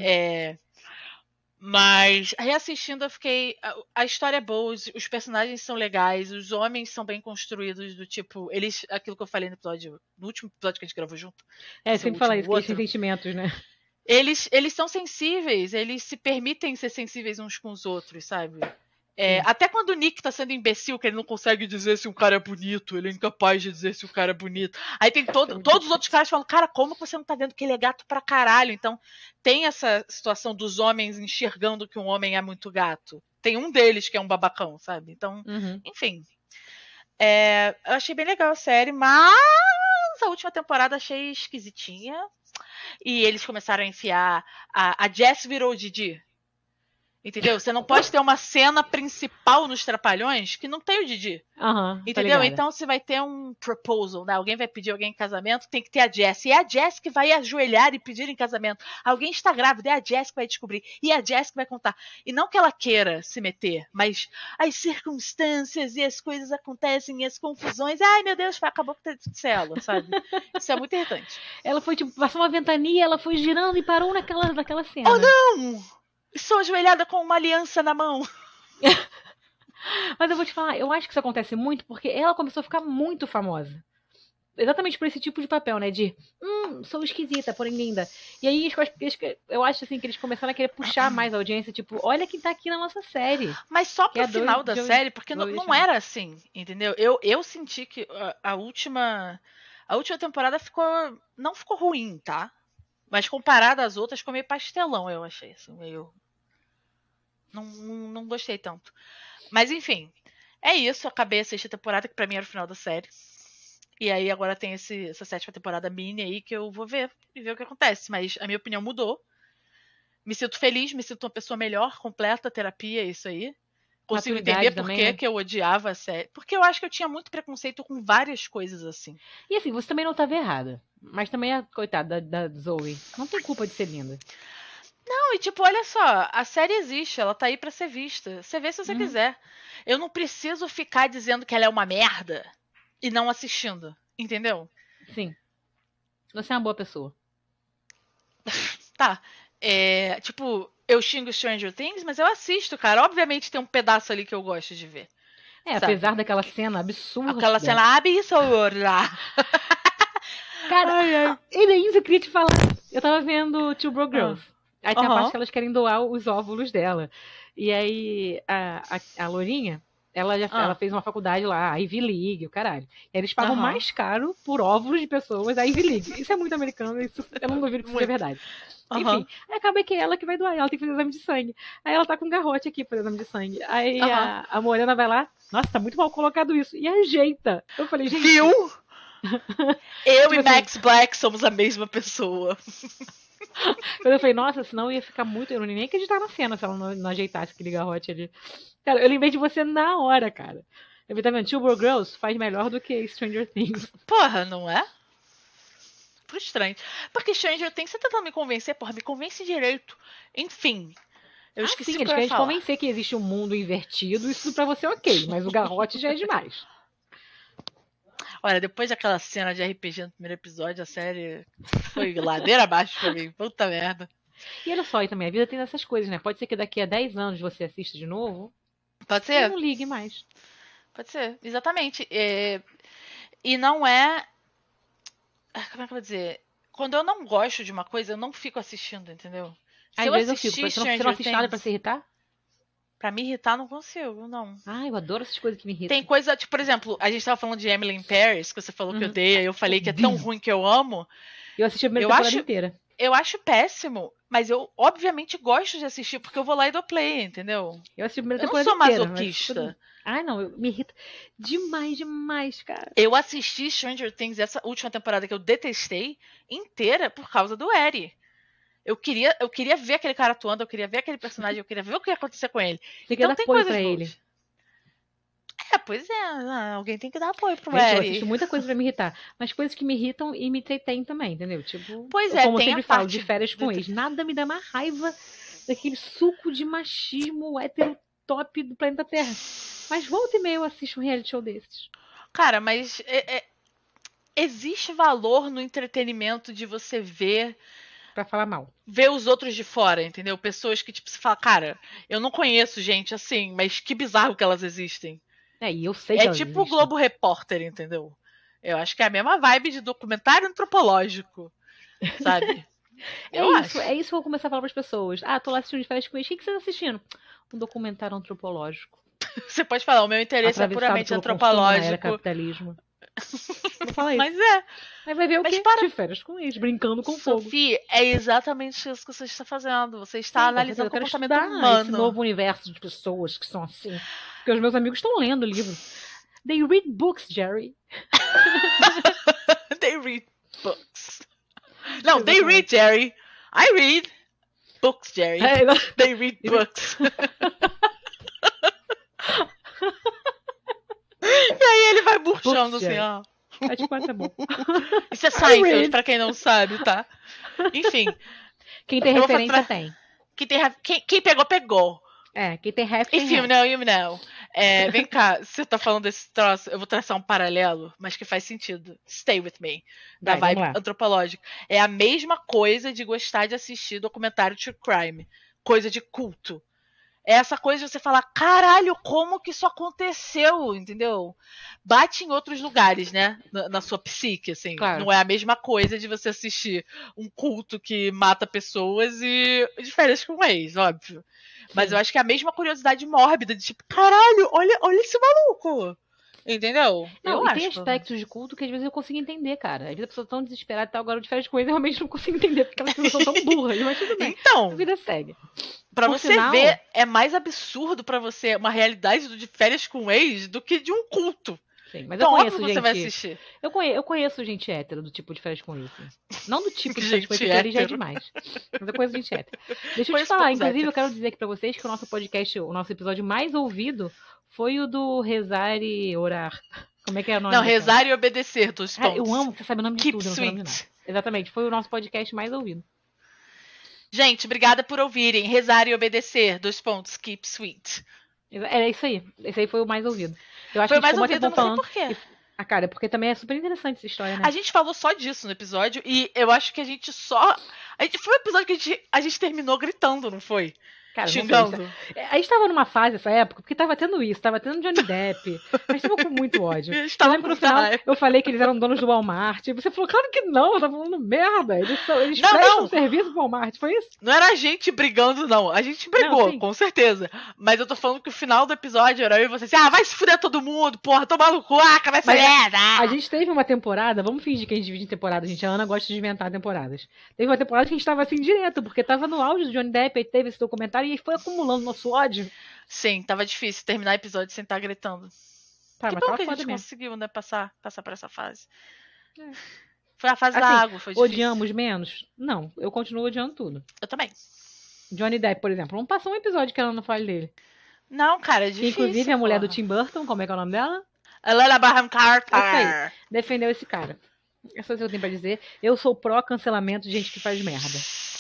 Mas reassistindo eu fiquei. A história é boa, os personagens são legais, os homens são bem construídos, do tipo. Aquilo que eu falei no último episódio que a gente gravou junto. Sempre fala isso, que eles têm sentimentos, né? Eles são sensíveis, eles se permitem ser sensíveis uns com os outros, sabe? Até quando o Nick tá sendo imbecil, que ele não consegue dizer se um cara é bonito, ele é incapaz de dizer se o cara é bonito. Aí tem todos os outros caras falando, cara, como você não tá vendo que ele é gato pra caralho? Então tem essa situação dos homens enxergando que um homem é muito gato. Tem um deles que é um babacão, sabe? Então, enfim. Eu achei bem legal a série, mas a última temporada achei esquisitinha. E eles começaram a enfiar... A Jess virou o Didi. Entendeu? Você não pode ter uma cena principal nos Trapalhões que não tem o Didi. Entendeu? Então você vai ter um proposal, né? Alguém vai pedir alguém em casamento, tem que ter a Jess. E é a Jess que vai ajoelhar e pedir em casamento. Alguém está grávida, é a Jess que vai descobrir. E é a Jess que vai contar. E não que ela queira se meter, mas as circunstâncias e as coisas acontecem e as confusões. Ai, meu Deus, acabou que tem que ser ela, sabe? Isso é muito irritante. Ela foi, tipo, passou uma ventania, ela foi girando e parou naquela cena. Oh, não! Estou ajoelhada com uma aliança na mão. Mas eu vou te falar, eu acho que isso acontece muito porque ela começou a ficar muito famosa. Exatamente por esse tipo de papel, né? De, sou esquisita, porém linda. E aí eu acho assim que eles começaram a querer puxar mais a audiência, tipo, olha quem tá aqui na nossa série. Mas só pro final da série, porque não era assim, entendeu? Eu senti que a última temporada não ficou ruim, tá? Mas comparada às outras, ficou meio pastelão, eu achei, assim, meio... Não gostei tanto. Mas, enfim, é isso. Acabei a sexta temporada, que pra mim era o final da série. E aí agora tem essa sétima temporada mini aí que eu vou ver e ver o que acontece. Mas a minha opinião mudou. Me sinto feliz, me sinto uma pessoa melhor, completa, terapia, isso aí. Consigo entender por que eu odiava a série. Porque eu acho que eu tinha muito preconceito com várias coisas assim. E assim, você também não estava errada. Mas também a coitada da Zoe não tem culpa de ser linda. Não, e tipo, olha só, a série existe, ela tá aí pra ser vista. Você vê se você quiser. Eu não preciso ficar dizendo que ela é uma merda e não assistindo, entendeu? Sim. Você é uma boa pessoa. Tá. Tipo, eu xingo Stranger Things, mas eu assisto, cara. Obviamente tem um pedaço ali que eu gosto de ver. Sabe? Apesar daquela cena absurda. Aquela cena absurda. Cara, era isso que eu queria te falar. Eu tava vendo Two Broke Girls. Aí tem a parte que elas querem doar os óvulos dela. E aí a Lourinha, Ela fez uma faculdade lá, a Ivy League, o caralho. E eles pagam Aham. mais caro por óvulos de pessoas da Ivy League. Isso é muito americano, isso eu não duvido que seja Muito. verdade. Aham. Enfim, aí acaba que é ela que vai doar, ela tem que fazer exame de sangue. Aí ela tá com um garrote aqui para exame de sangue. Aí Aham. a Morena vai lá, nossa, tá muito mal colocado isso. E ajeita. Eu falei, gente. Viu? Eu e Tipo assim- Max Black somos a mesma pessoa. Mas eu falei, nossa, senão ia ficar muito. Eu não ia nem acreditar na cena se ela não ajeitasse aquele garrote ali. Cara, eu lembrei de você na hora, cara. Eu vi, tá vendo? Tuber Girls faz melhor do que Stranger Things. Porra, não é? Frustrante. Porque Stranger Things, você tentando me convencer, porra, me convence direito. Enfim. Eu esqueci Sim, o que eles eu ia querem te falar. convencer que existe um mundo invertido, isso pra você é ok, mas o garrote já é demais. Olha, depois daquela cena de RPG no primeiro episódio, a série foi ladeira abaixo pra mim. Puta merda. E olha só, e também a vida tem essas coisas, né? Pode ser que daqui a 10 anos você assista de novo Pode e ser? não ligue mais. Pode ser, exatamente. E não é. Como é que eu vou dizer? Quando eu não gosto de uma coisa, eu não fico assistindo, entendeu? Se Às eu vezes eu assistir fico, você não Stranger assiste nada pra Things, se irritar? pra me irritar, não consigo, não. Ah, eu adoro essas coisas que me irritam. Tem coisa, tipo, por exemplo, a gente tava falando de Emily in Paris, que você falou que Uhum. odeia, e eu falei que é tão ruim que eu amo. Eu assisti a primeira Eu temporada acho- inteira. Eu acho péssimo, mas eu obviamente gosto de assistir, porque eu vou lá e dou play, entendeu? Eu assisti a primeira Eu não temporada sou inteira. mas, masoquista. tipo, ai, não, me irrita demais, demais, cara. Eu assisti Stranger Things, essa última temporada que eu detestei, inteira por causa do Eri. Eu queria ver aquele cara atuando, eu queria ver aquele personagem, eu queria ver o que ia acontecer com ele. Você quer Então dar tem apoio coisas pra boas. ele. Pois é, alguém tem que dar apoio pro Gente, eu Eri. assisto muita coisa pra me irritar. Mas coisas que me irritam e me entretêm também, entendeu? Tipo, Pois é, como eu tem sempre a falo, parte de férias com do- ex. Nada me dá mais raiva daquele suco de machismo hétero top do planeta Terra. Mas volta e meia eu assisto um reality show desses. Cara, mas existe valor no entretenimento de você ver Pra falar mal. os outros de fora, entendeu? Pessoas que, tipo, você fala, cara, eu não conheço gente assim, mas que bizarro que elas existem. É, e eu sei que É elas tipo o existem. Globo Repórter, entendeu? Eu acho que é a mesma vibe de documentário antropológico, sabe? Eu acho. É isso que eu vou começar a falar pras pessoas. Ah, tô lá assistindo de férias com ex. O que você tá assistindo? Um documentário antropológico. Você pode falar, o meu interesse é Atravessado puramente pelo consumo na era antropológico. capitalismo. Vou falar isso. Mas é, Aí vai ver o mas quê? para- De férias com ex, brincando com fogo. Sophie, é exatamente isso que você está fazendo. Você está Sim, analisando o eu quero comportamento estudar humano. esse novo universo de pessoas que são assim. Porque os meus amigos estão lendo livro. They read books, Jerry. They read books. Não, they read, Jerry. I read books, Jerry. É, igual- They read books. E aí ele vai murchando Books, assim, Jerry. ó. é tipo, tá bom. Isso é Seinfeld, read. pra quem não sabe, tá? Enfim, Quem tem Eu vou referência fa- tem. quem pegou, pegou. É, quem tem ref tem If you ref. know, you know. Vem cá, você tá falando desse troço, eu vou traçar um paralelo, mas que faz sentido. Stay with me. Da Vai, vibe vamos lá. antropológica. É a mesma coisa de gostar de assistir documentário true crime. Coisa de culto. É essa coisa de você falar, caralho, como que isso aconteceu, entendeu? Bate em outros lugares, né? Na sua psique, assim. Claro. Não é a mesma coisa de você assistir um culto que mata pessoas e de férias com um ex, óbvio. Mas Sim. eu acho que é a mesma curiosidade mórbida, de tipo, caralho, olha esse maluco. Entendeu? Não, eu e tem acho. aspectos de culto que às vezes eu consigo entender, cara. Às vezes a pessoa tá tão desesperada e tal, agora de férias com ele, eu realmente não consigo entender, porque aquelas pessoas são tão burras, mas tudo bem. A Então, vida segue. pra por você sinal- ver, é mais absurdo pra você uma realidade de férias com um ex do que de um culto. Sim, mas Então, eu óbvio conheço que você vai gente. assistir. Eu conheço gente hétero do tipo de férias com isso. Não do tipo de férias Gente com isso, porque ali já é hétero. demais. Mas eu conheço gente hétero. Deixa eu te Conheço falar, poucos inclusive eu héteros. quero dizer aqui pra vocês que o nosso podcast, o nosso episódio mais ouvido foi o do Rezar e Orar. Como é que é o nome? Não, daquela? rezar e obedecer, dos Ah, pontos. eu amo que você sabe o nome de Keep tudo, eu não sei o nome de sweet. nada. Exatamente, foi o nosso podcast mais ouvido. Gente, obrigada por ouvirem. Rezar e obedecer, dos pontos. Keep sweet. Era isso aí. Esse aí foi o mais ouvido. Eu acho Foi o que mais ficou muito ouvido, eu bom não sei falando. por quê. Ah, cara, porque também é super interessante essa história, né? A gente falou só disso no episódio e eu acho que a gente só Foi um episódio que a gente terminou gritando, não foi? Cara, não sei, Xingando. a gente tava numa fase nessa época, porque tava tendo isso, tava tendo Johnny Depp. A gente tava com muito ódio. A gente Eu tava lembro que com no muita final raiva. eu falei que eles eram donos do Walmart. E você falou, claro que não, eu tava falando merda. Eles Não, prestam não. serviço pro Walmart, foi isso? Não era a gente brigando, não. A gente brigou, Não, sim. com certeza. Mas eu tô falando que o final do episódio era eu e você assim, vai se fuder todo mundo, porra, tomar no cu, vai ser Mas merda. A gente teve uma temporada, vamos fingir que a gente divide em temporadas, gente. A Ana gosta de inventar temporadas. Teve uma temporada que a gente tava assim direto, porque tava no auge do Johnny Depp, aí teve esse documentário e foi acumulando nosso ódio. Sim, tava difícil terminar o episódio sem estar gritando. Tá, Que mas bom tava que a foda gente mesmo. conseguiu, né, passar por essa fase. É. Foi a fase da Assim, água, foi difícil. odiamos menos? Não, eu continuo odiando tudo. Eu também. Johnny Depp, por exemplo, não passou um episódio que ela não fale dele. Não, cara, é Que, difícil. inclusive, a mulher do porra. Tim Burton, como é que é o nome dela? Helena Bonham Carter. Essa defendeu esse cara. Essa é o que eu tenho pra dizer. Eu sou pró-cancelamento de gente que faz merda.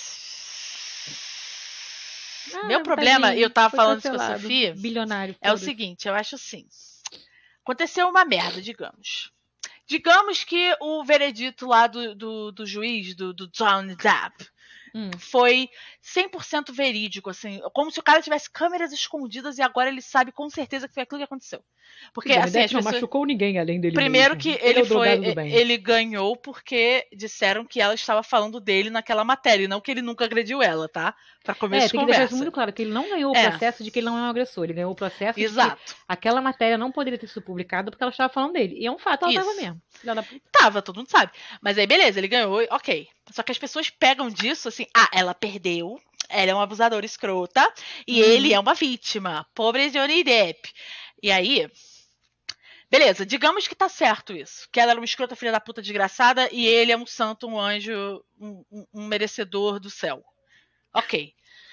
Meu problema, e eu tava foi falando isso com a cancelado, Sofia, bilionário. é o foda-se. seguinte, eu acho assim. Aconteceu uma merda, digamos. Digamos que o veredito lá do juiz, do Johnny Depp, foi 100% verídico, assim, como se o cara tivesse câmeras escondidas e agora ele sabe com certeza que foi aquilo que aconteceu. Porque Johnny assim, Depp as não pessoas... machucou ninguém além dele Primeiro mesmo. que Ele é o drogado do bem. ele ganhou porque disseram que ela estava falando dele naquela matéria, e não que ele nunca agrediu ela, tá? Pra começo de Tem que deixar conversa. isso muito claro, que ele não ganhou o processo de que ele não é um agressor, ele ganhou o processo de que aquela matéria não poderia ter sido publicada porque ela estava falando dele. E é um fato, ela estava mesmo. Tava, todo mundo sabe. Mas aí, beleza, ele ganhou, ok. Só que as pessoas pegam disso assim, ela perdeu, ela é uma abusadora escrota, e ele é uma vítima. Pobre Johnny Depp. E aí... Beleza, digamos que tá certo isso. Que ela era uma escrota filha da puta desgraçada e ele é um santo, um anjo, um merecedor do céu. Ok.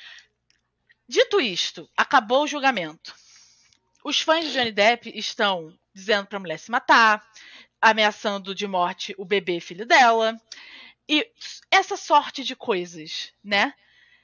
Dito isto, acabou o julgamento. Os fãs de Johnny Depp estão dizendo pra mulher se matar, ameaçando de morte o bebê filho dela. E essa sorte de coisas, né?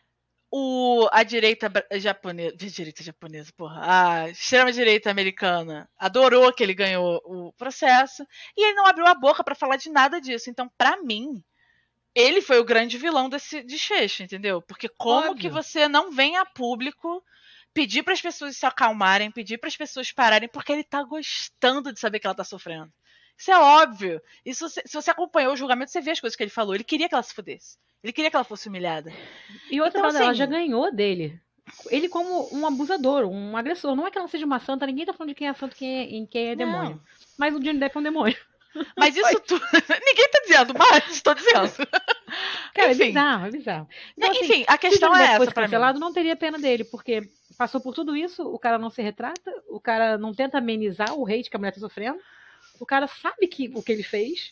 A direita japonesa, porra, a extrema-direita americana adorou que ele ganhou o processo e ele não abriu a boca pra falar de nada disso. Então, pra mim, ele foi o grande vilão desse desfecho, entendeu? Porque como que você não vem a público pedir pras pessoas se acalmarem, pedir pras pessoas pararem, porque ele tá gostando de saber que ela tá sofrendo. Isso é óbvio. Isso, se você acompanhou o julgamento, você vê as coisas que ele falou. Ele queria que ela se fudesse. Ele queria que ela fosse humilhada. E outra então, coisa, ela já ganhou dele. Ele como um abusador, um agressor. Não é que ela seja uma santa, ninguém tá falando de quem é santo e quem é demônio. Mas o Johnny Depp é um demônio. Mas isso tudo... Ninguém tá dizendo, mas estou dizendo. Cara, enfim. é bizarro. Então, enfim, assim, a questão se o é Johnny Depp essa fosse pra cancelado, mim. não teria pena dele, porque passou por tudo isso, o cara não se retrata, o cara não tenta amenizar o hate que a mulher tá sofrendo, o cara sabe o que ele fez,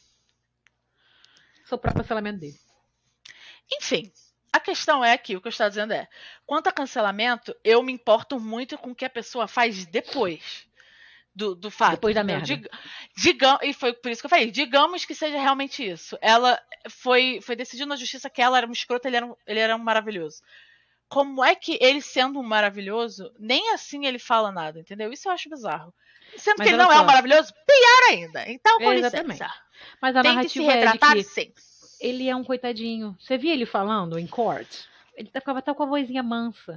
só para cancelamento dele. Enfim, a questão é que o que eu estou dizendo é, quanto a cancelamento, eu me importo muito com o que a pessoa faz depois do fato. Depois da merda. E foi por isso que eu falei, digamos que seja realmente isso. Ela foi decidido na justiça que ela era um escroto, ele era um maravilhoso. Como é que ele, sendo um maravilhoso, nem assim ele fala nada, entendeu? Isso eu acho bizarro. Sendo que ele não é um maravilhoso, pior ainda. Então, com licença. Mas a tem que se narrativa retratar é de que sim. Ele é um coitadinho. Você via ele falando em court? Ele ficava até com a vozinha mansa.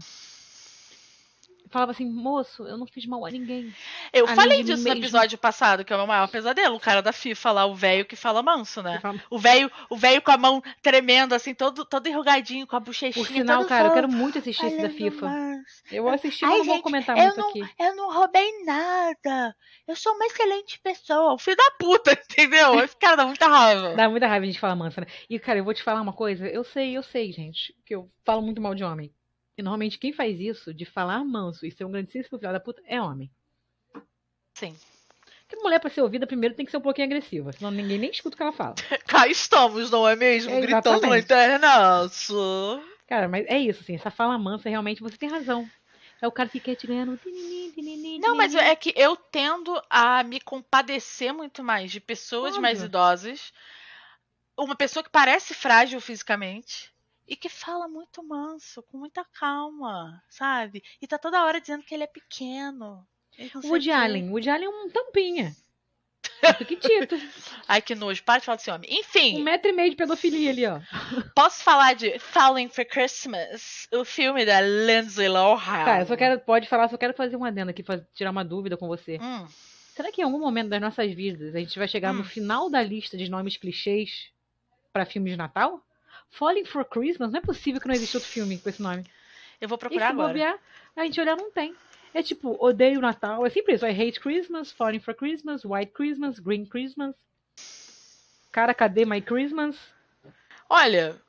Falava assim, moço, eu não fiz mal a ninguém. Eu falei disso no episódio passado, que é o meu maior pesadelo. O cara da FIFA lá, o velho que fala manso, né? O velho com a mão tremenda, assim, todo enrugadinho, com a bochechinha. Por sinal, cara, eu quero muito assistir esse da FIFA. Eu vou assistir, mas não vou comentar muito aqui. Eu não roubei nada. Eu sou uma excelente pessoa. O filho da puta, entendeu? Esse cara dá muita raiva. Dá muita raiva a gente falar mansa, né? E, cara, eu vou te falar uma coisa. Eu sei, gente, que eu falo muito mal de homem. E normalmente quem faz isso, de falar manso e ser um grandíssimo filho da puta, é homem. Sim. Porque mulher, pra ser ouvida, primeiro tem que ser um pouquinho agressiva. Senão ninguém nem escuta o que ela fala. Cá estamos, não é mesmo? Gritando na internet. Cara, mas é isso, assim. Essa fala mansa, realmente, você tem razão. É o cara que quer te ganhar no... Não, mas é que eu tendo a me compadecer muito mais de pessoas mais idosas. Uma pessoa que parece frágil fisicamente. E que fala muito manso, com muita calma, sabe? E tá toda hora dizendo que ele é pequeno. O Woody Allen é um tampinha. Piquitito. Ai, que nojo. Para de falar desse homem. Enfim. 1,5 m de pedofilia ali, ó. Posso falar de Falling for Christmas? O filme da Lindsay Lohan. Tá, pode falar, só quero fazer uma adenda aqui, tirar uma dúvida com você. Será que em algum momento das nossas vidas a gente vai chegar no final da lista de nomes clichês pra filmes de Natal? Falling for Christmas? Não é possível que não exista outro filme com esse nome. Eu vou procurar agora. Bobear, a gente olhar, não tem. É tipo, odeio o Natal. É sempre isso. I hate Christmas, Falling for Christmas, White Christmas, Green Christmas. Cara, cadê My Christmas? Olha,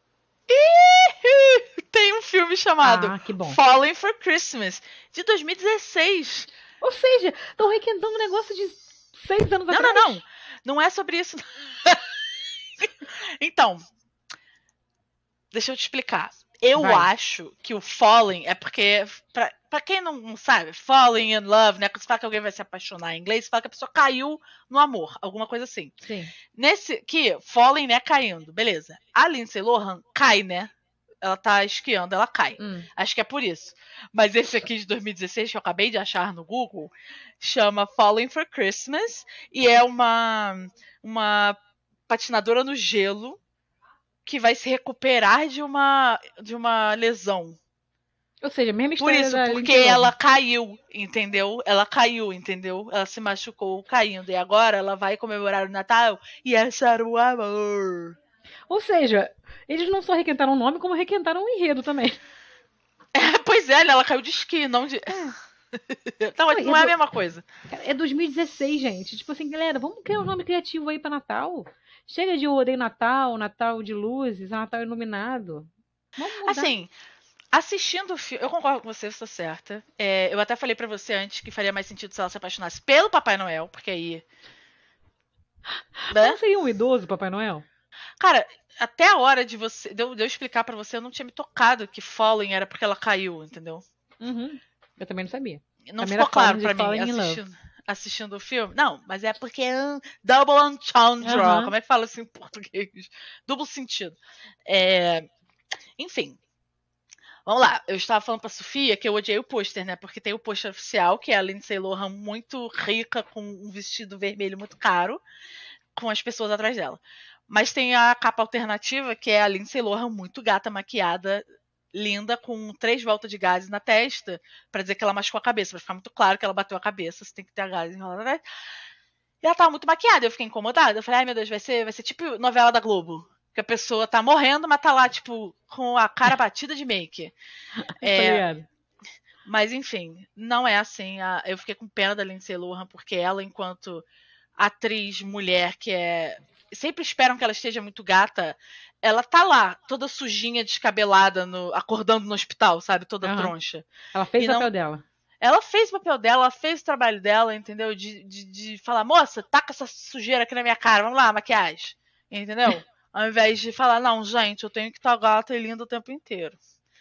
tem um filme chamado que bom. Falling for Christmas, de 2016. Ou seja, estão requentando um negócio de 6 anos atrás. Não. Não é sobre isso. Então, deixa eu te explicar. Eu acho que o falling é porque, pra quem não sabe, falling in love, né? Quando você fala que alguém vai se apaixonar em inglês, você fala que a pessoa caiu no amor, alguma coisa assim. Sim. Nesse aqui, falling, né, caindo, beleza. A Lindsay Lohan cai, né? Ela tá esquiando, ela cai. Acho que é por isso. Mas esse aqui de 2016, que eu acabei de achar no Google, chama Falling for Christmas e é uma patinadora no gelo que vai se recuperar de uma lesão. Ou seja, mesma história. Por isso, porque ela caiu, entendeu? Ela se machucou caindo. E agora ela vai comemorar o Natal e achar o amor. Ou seja, eles não só requentaram o nome, como requentaram o enredo também. Pois é, ela caiu de esqui, não de... Não é a mesma coisa. É 2016, gente. Tipo assim, galera, vamos criar um nome criativo aí pra Natal. Chega de odeio Natal, Natal de luzes, Natal iluminado. Vamos mudar. Assim, assistindo o filme... Eu concordo com você, estou certa. Eu até falei pra você antes que faria mais sentido se ela se apaixonasse pelo Papai Noel, porque aí... Não seria um idoso Papai Noel? Cara, até a hora de eu explicar pra você, eu não tinha me tocado que Fallen era porque ela caiu, entendeu? Eu também não sabia. Não ficou claro pra mim assistindo o filme. Não, mas é porque é double entendre. Como é que fala assim em português? Duplo sentido. Enfim. Vamos lá. Eu estava falando pra Sofia que eu odiei o pôster, né? Porque tem o pôster oficial, que é a Lindsay Lohan muito rica, com um vestido vermelho muito caro, com as pessoas atrás dela. Mas tem a capa alternativa, que é a Lindsay Lohan muito gata, maquiada, linda, com 3 voltas de gases na testa, pra dizer que ela machucou a cabeça, pra ficar muito claro que ela bateu a cabeça, você tem que ter a gases enrolada na testa. E ela tava muito maquiada, eu fiquei incomodada. Eu falei, ai meu Deus, vai ser tipo novela da Globo. Que a pessoa tá morrendo, mas tá lá, tipo, com a cara batida de make. Mas enfim, não é assim. Eu fiquei com pena da Lindsay Lohan, porque ela, enquanto atriz, mulher, que sempre esperam que ela esteja muito gata, ela tá lá, toda sujinha, descabelada, acordando no hospital, sabe? Toda troncha. Ela fez o papel dela. Ela fez o papel dela, ela fez o trabalho dela, entendeu? De falar, moça, taca essa sujeira aqui na minha cara, vamos lá, maquiagem. Entendeu? Ao invés de falar, não, gente, eu tenho que estar gata e linda o tempo inteiro.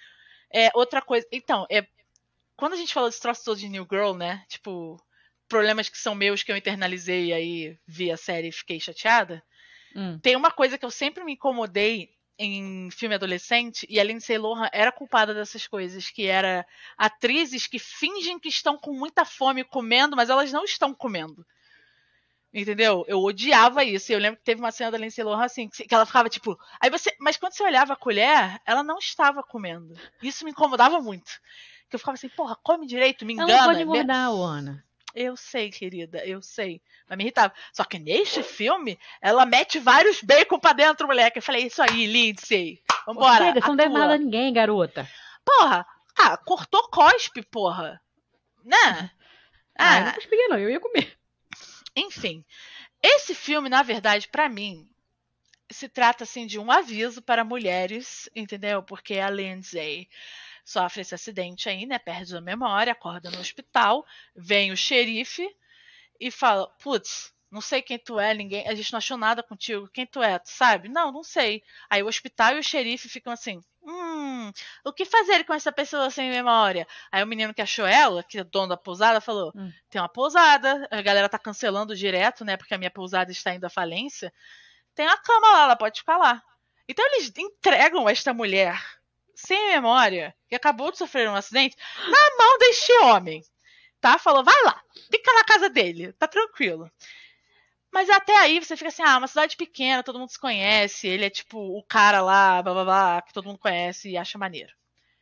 Outra coisa, então, quando a gente falou desse troço todo de New Girl, né? Tipo, problemas que são meus, que eu internalizei e aí vi a série e fiquei chateada. Tem uma coisa que eu sempre me incomodei em filme adolescente, e a Lindsay Lohan era culpada dessas coisas, que era atrizes que fingem que estão com muita fome comendo, mas elas não estão comendo. Entendeu? Eu odiava isso. E eu lembro que teve uma cena da Lindsay Lohan assim, que ela ficava tipo... Mas quando você olhava a colher, ela não estava comendo. Isso me incomodava muito. Que eu ficava assim, porra, come direito, me engana. Ela não pode engordar, Ana. Eu sei, querida, eu sei. Mas me irritava. Só que neste filme, ela mete vários bacon pra dentro, moleque. Eu falei, isso aí, Lindsay. Vambora. Chega, você não deve nada a ninguém, garota. Porra, cortou cospe, porra. Né? Eu não cuspiria, não. Eu ia comer. Enfim, esse filme, na verdade, pra mim, se trata assim de um aviso para mulheres, entendeu? Porque a Lindsay sofre esse acidente aí, né? Perde a memória, acorda no hospital, vem o xerife e fala, putz, não sei quem tu é, a gente não achou nada contigo, quem tu é, tu sabe? Não sei. Aí o hospital e o xerife ficam assim, o que fazer com essa pessoa sem memória? Aí o menino que achou ela, que é dono da pousada, falou, tem uma pousada, a galera tá cancelando direto, né, porque a minha pousada está indo à falência, tem uma cama lá, ela pode ficar lá. Então eles entregam esta mulher sem memória, que acabou de sofrer um acidente, na mão deste homem, tá? Falou, vai lá, fica na casa dele, tá tranquilo. Mas até aí você fica assim, uma cidade pequena, todo mundo se conhece, ele é tipo o cara lá, blá blá blá, que todo mundo conhece e acha maneiro.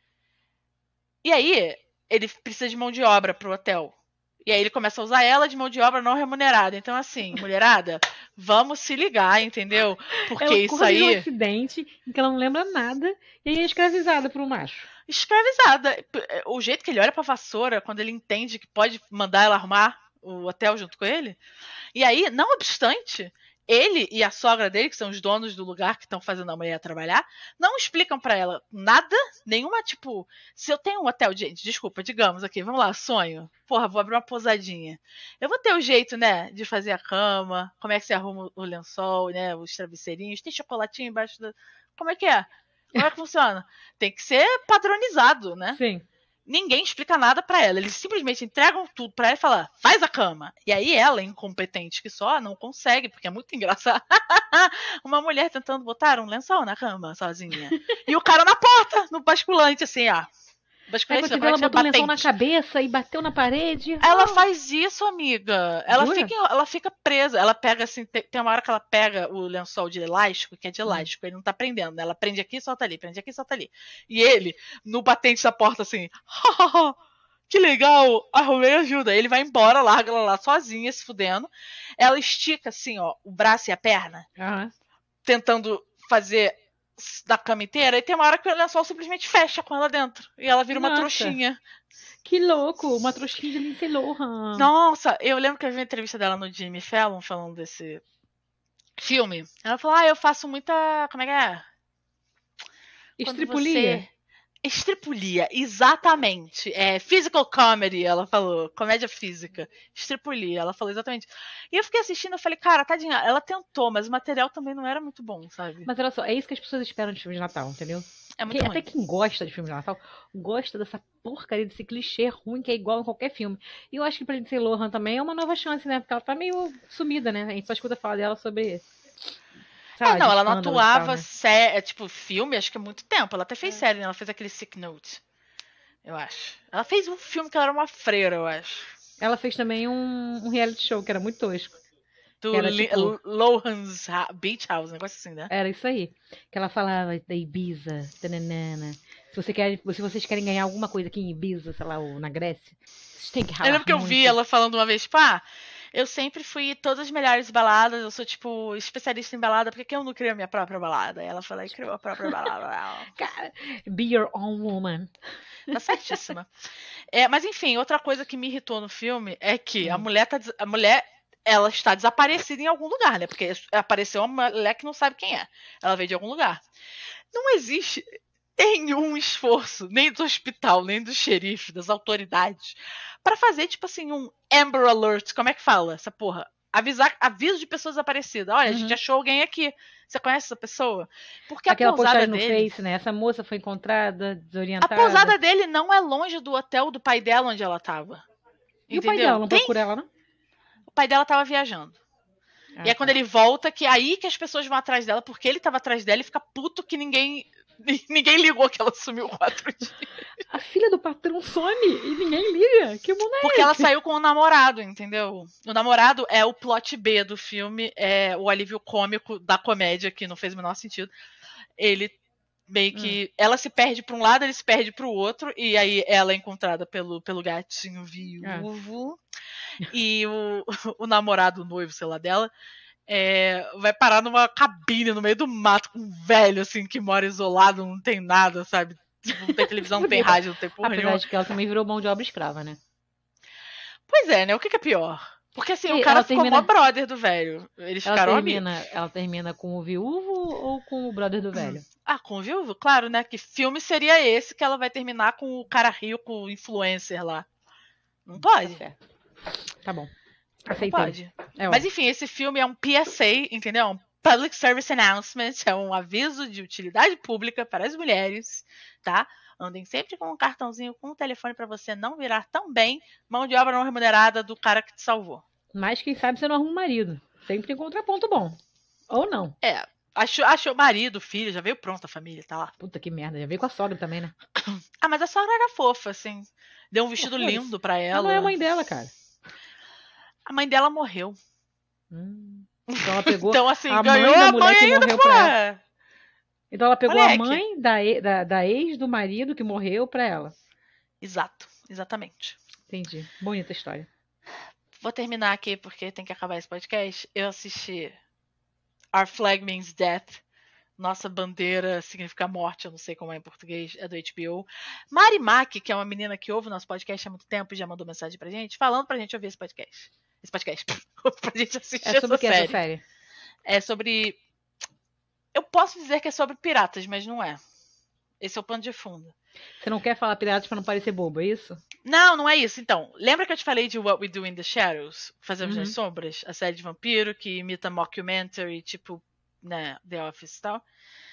E aí, ele precisa de mão de obra pro hotel. E aí ele começa a usar ela de mão de obra não remunerada. Então, assim, mulherada, vamos se ligar, entendeu? Porque Ela isso corre de um aí. acidente em que ela não lembra nada e aí é escravizada por um macho. Escravizada. O jeito que ele olha pra vassoura, quando ele entende que pode mandar ela arrumar o hotel junto com ele. E aí, não obstante, ele e a sogra dele, que são os donos do lugar que estão fazendo a mulher trabalhar, não explicam pra ela nada, nenhuma, tipo, se eu tenho um hotel, gente, desculpa, digamos aqui, vamos lá, sonho. Porra, vou abrir uma pousadinha. Eu vou ter o jeito, né, de fazer a cama, como é que você arruma o lençol, né, os travesseirinhos, tem chocolatinho embaixo da... Como é que é? Como é que funciona? Tem que ser padronizado, né? Sim. Ninguém explica nada pra ela. Eles simplesmente entregam tudo pra ela e falam, faz a cama. E aí ela, incompetente que só, não consegue, porque é muito engraçado. Uma mulher tentando botar um lençol na cama sozinha. E o cara na porta, no basculante, assim, Aí Basculante, quando não, ela como é que botou o chama? lençol na Batente. cabeça e bateu na parede. Ela faz isso, amiga. Ela Jura? ela fica presa. Ela pega assim. Tem uma hora que ela pega o lençol de elástico, que é de elástico. Ele não tá prendendo, né? Ela prende aqui e solta ali, prende aqui e solta ali. E ele, no batente da porta, assim. Que legal! Arrumei ajuda. Ele vai embora, larga ela lá sozinha, se fudendo. Ela estica, assim, ó, o braço e a perna, Aham. tentando fazer da cama inteira. E tem uma hora que o lençol simplesmente fecha com ela dentro. E ela vira uma Nossa. trouxinha. Que louco, uma trouxinha de Lindsay Lohan. Nossa, eu lembro que eu vi uma entrevista dela no Jimmy Fallon falando desse filme. Ela falou: eu faço muita. Como é que é? Quando Estripulia. você- Estripulia, exatamente. É physical comedy, ela falou. Comédia física. Estripulia, ela falou exatamente. E eu fiquei assistindo, eu falei, cara, tadinha, ela tentou, mas o material também não era muito bom, sabe? Mas olha só, é isso que as pessoas esperam de filmes de Natal, entendeu? É muito Até ruim. quem gosta de filmes de Natal gosta dessa porcaria, desse clichê ruim que é igual em qualquer filme. E eu acho que pra Lindsay Lohan também é uma nova chance, né? Porque ela tá meio sumida, né? A gente só escuta falar dela sobre. Sei lá, Não, de ela não escândalos e tal, atuava né? tipo, filme, acho que há muito tempo. Ela até fez série, né? Ela fez aquele Sick Note, eu acho. Ela fez um filme que ela era uma freira, eu acho. Ela fez também um reality show que era muito tosco. Do Era tipo- Lohan's Beach House, um negócio assim, né? Era isso aí. Que ela falava da Ibiza, tananana. Se vocês querem ganhar alguma coisa aqui em Ibiza, sei lá, ou na Grécia, vocês têm que Eu ralar lembro que eu vi muito. ela falando uma vez, pá, eu sempre fui em todas as melhores baladas, eu sou, tipo, especialista em balada, por que eu não crio a minha própria balada? Aí ela falou, e criou a própria balada. Cara, be your own woman. Tá certíssima. Mas enfim, outra coisa que me irritou no filme é que a mulher, ela está desaparecida em algum lugar, né? Porque apareceu uma mulher que não sabe quem é. Ela veio de algum lugar. Não existe nenhum esforço, nem do hospital, nem do xerife, das autoridades, pra fazer, tipo assim, um Amber Alert. Como é que fala essa porra? Aviso de pessoas desaparecidas. Olha, a gente achou alguém aqui. Você conhece essa pessoa? Porque Aquela a pousada postagem no dele. Face, né? Essa moça foi encontrada, A desorientada. pousada dele não é longe do hotel do pai dela onde ela tava. E o pai dela não procura ela, não? O pai dela tava viajando. Ah, E é quando ele volta, que aí que as pessoas vão atrás dela, porque ele tava atrás dela e fica puto que ninguém ligou que ela sumiu 4 dias. A filha do patrão some e ninguém liga. Que mundo é Porque ela esse? saiu com o namorado, entendeu? O namorado é o plot B do filme, é o alívio cômico da comédia, que não fez o menor sentido. Ele meio que. Ela se perde pra um lado, ele se perde pro outro, e aí ela é encontrada pelo gatinho viúvo. E o namorado, o noivo, sei lá, dela, vai parar numa cabine no meio do mato com um velho, assim, que mora isolado, não tem nada, sabe? Tipo, não tem televisão, não tem rádio, não tem porra Apesar nenhuma. de que ela também virou mão de obra escrava, né? Pois é, né? O que é pior? Porque assim, E o cara ela ficou termina- mó brother do velho. Eles ficaram amigos. Ela termina com o viúvo ou com o brother do velho? Com o viúvo? Claro, né? Que filme seria esse que ela vai terminar com o cara rico, o influencer lá? Não pode. Tá certo. Tá bom. Não Aceitei. pode. É Mas ótimo. enfim, esse filme é um PSA, entendeu? Um Public Service Announcement, é um aviso de utilidade pública para as mulheres, tá? Andem sempre com um cartãozinho com um telefone para você não virar tão bem mão de obra não remunerada do cara que te salvou. Mas quem sabe você não arruma um marido. Sempre tem contraponto bom. Ou não. Achou marido, filho, já veio pronto a família, tá lá. Puta que merda. Já veio com a sogra também, né? Mas a sogra era fofa, assim. Deu um vestido foda-se. lindo pra Ela ela. não é a mãe dela, cara. A mãe dela morreu. Então ela pegou Então, assim, a mãe ganhou da a mulher mãe que ainda, morreu pô. pra ela. Então ela pegou Moleque. a mãe da ex do marido que morreu pra ela. Exato, exatamente. Entendi. Bonita história. Vou terminar aqui porque tem que acabar esse podcast. Eu assisti Our Flag Means Death. Nossa bandeira significa morte, eu não sei como é em português, é do HBO. Mari Mack, que é uma menina que ouve o nosso podcast há muito tempo e já mandou mensagem pra gente, falando pra gente ouvir esse podcast. Pra gente assistir É sobre o que essa essa série? É sobre... Eu posso dizer que é sobre piratas, mas não é. Esse é o pano de fundo. Você não quer falar piratas pra não parecer bobo, é isso? Não, não é isso. Então, lembra que eu te falei de What We Do in the Shadows? Fazemos nas Uhum. sombras? A série de vampiro que imita mockumentary, tipo, né, The Office e tal.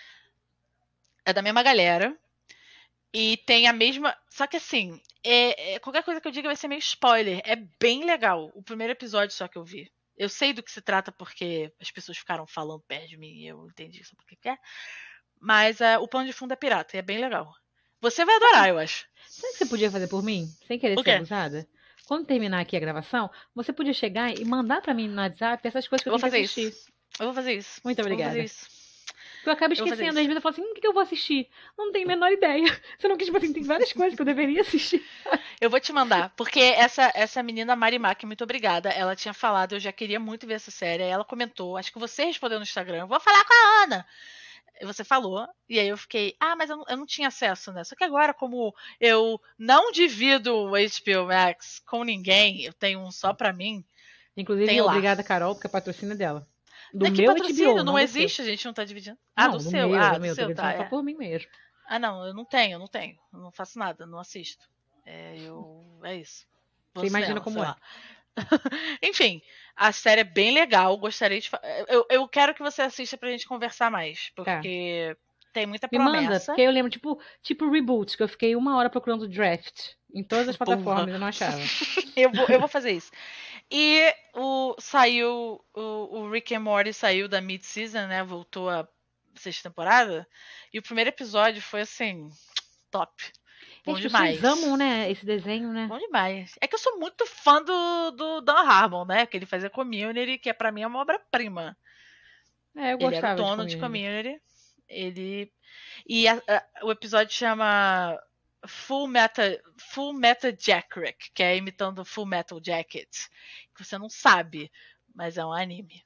É da mesma galera. E tem a mesma... Só que assim, qualquer coisa que eu diga vai ser meio spoiler. É bem legal. O primeiro episódio só que eu vi. Eu sei do que se trata porque as pessoas ficaram falando perto de mim e eu entendi só porque quer. Mas o pano de fundo é pirata e é bem legal. Você vai adorar, eu acho. Sabe o que você podia fazer por mim? Sem querer O ser quê? abusada? Quando terminar aqui a gravação, você podia chegar e mandar pra mim no WhatsApp essas coisas que Eu eu vou tenho que fazer assistir. isso. Eu vou fazer isso. Muito Eu vou obrigada. fazer isso. Porque eu acabo Eu vou fazer esquecendo. Às isso. vezes eu falo assim, o que eu vou assistir? Não tenho a menor ideia. Você não quis, tipo assim, tem várias coisas que eu deveria assistir. Eu vou te mandar, porque essa menina Mari Mack, muito obrigada. Ela tinha falado, eu já queria muito ver essa série. Aí ela comentou, acho que você respondeu no Instagram. Vou falar com a Ana. E você falou, e aí eu fiquei, mas eu não tinha acesso, né? Só que agora, como eu não divido o HBO Max com ninguém, eu tenho um só pra mim, Inclusive, tem lá. obrigada, Carol, porque a patrocínio é dela. Do Que meu patrocínio? HBO, não do existe, seu. a gente não tá dividindo. Não, Do do seu. meu, Do do meu. seu, Tô tá. dizendo só por mim mesmo. Não, eu não tenho. Eu não faço nada, não assisto. É isso. Você imagina como é. Enfim, a série é bem legal. Gostaria de. Eu quero que você assista pra gente conversar mais. Porque tem muita Me promessa. manda, porque eu lembro, tipo Reboot, que eu fiquei 1 hora procurando draft em todas as plataformas, eu não achava. eu vou fazer isso. E saiu o Rick and Morty saiu da mid-season, né? Voltou a 6ª temporada. E o primeiro episódio foi assim, top. Bom As demais. pessoas amam, né, esse desenho, né? Bom demais. É que eu sou muito fã do Dan Harmon, né? Que ele fazia Community, que pra mim é uma obra-prima. Eu Ele era gostava o dono de Community. O episódio chama Full Metal Jacket, que é imitando Full Metal Jacket. Que você não sabe, mas é um anime.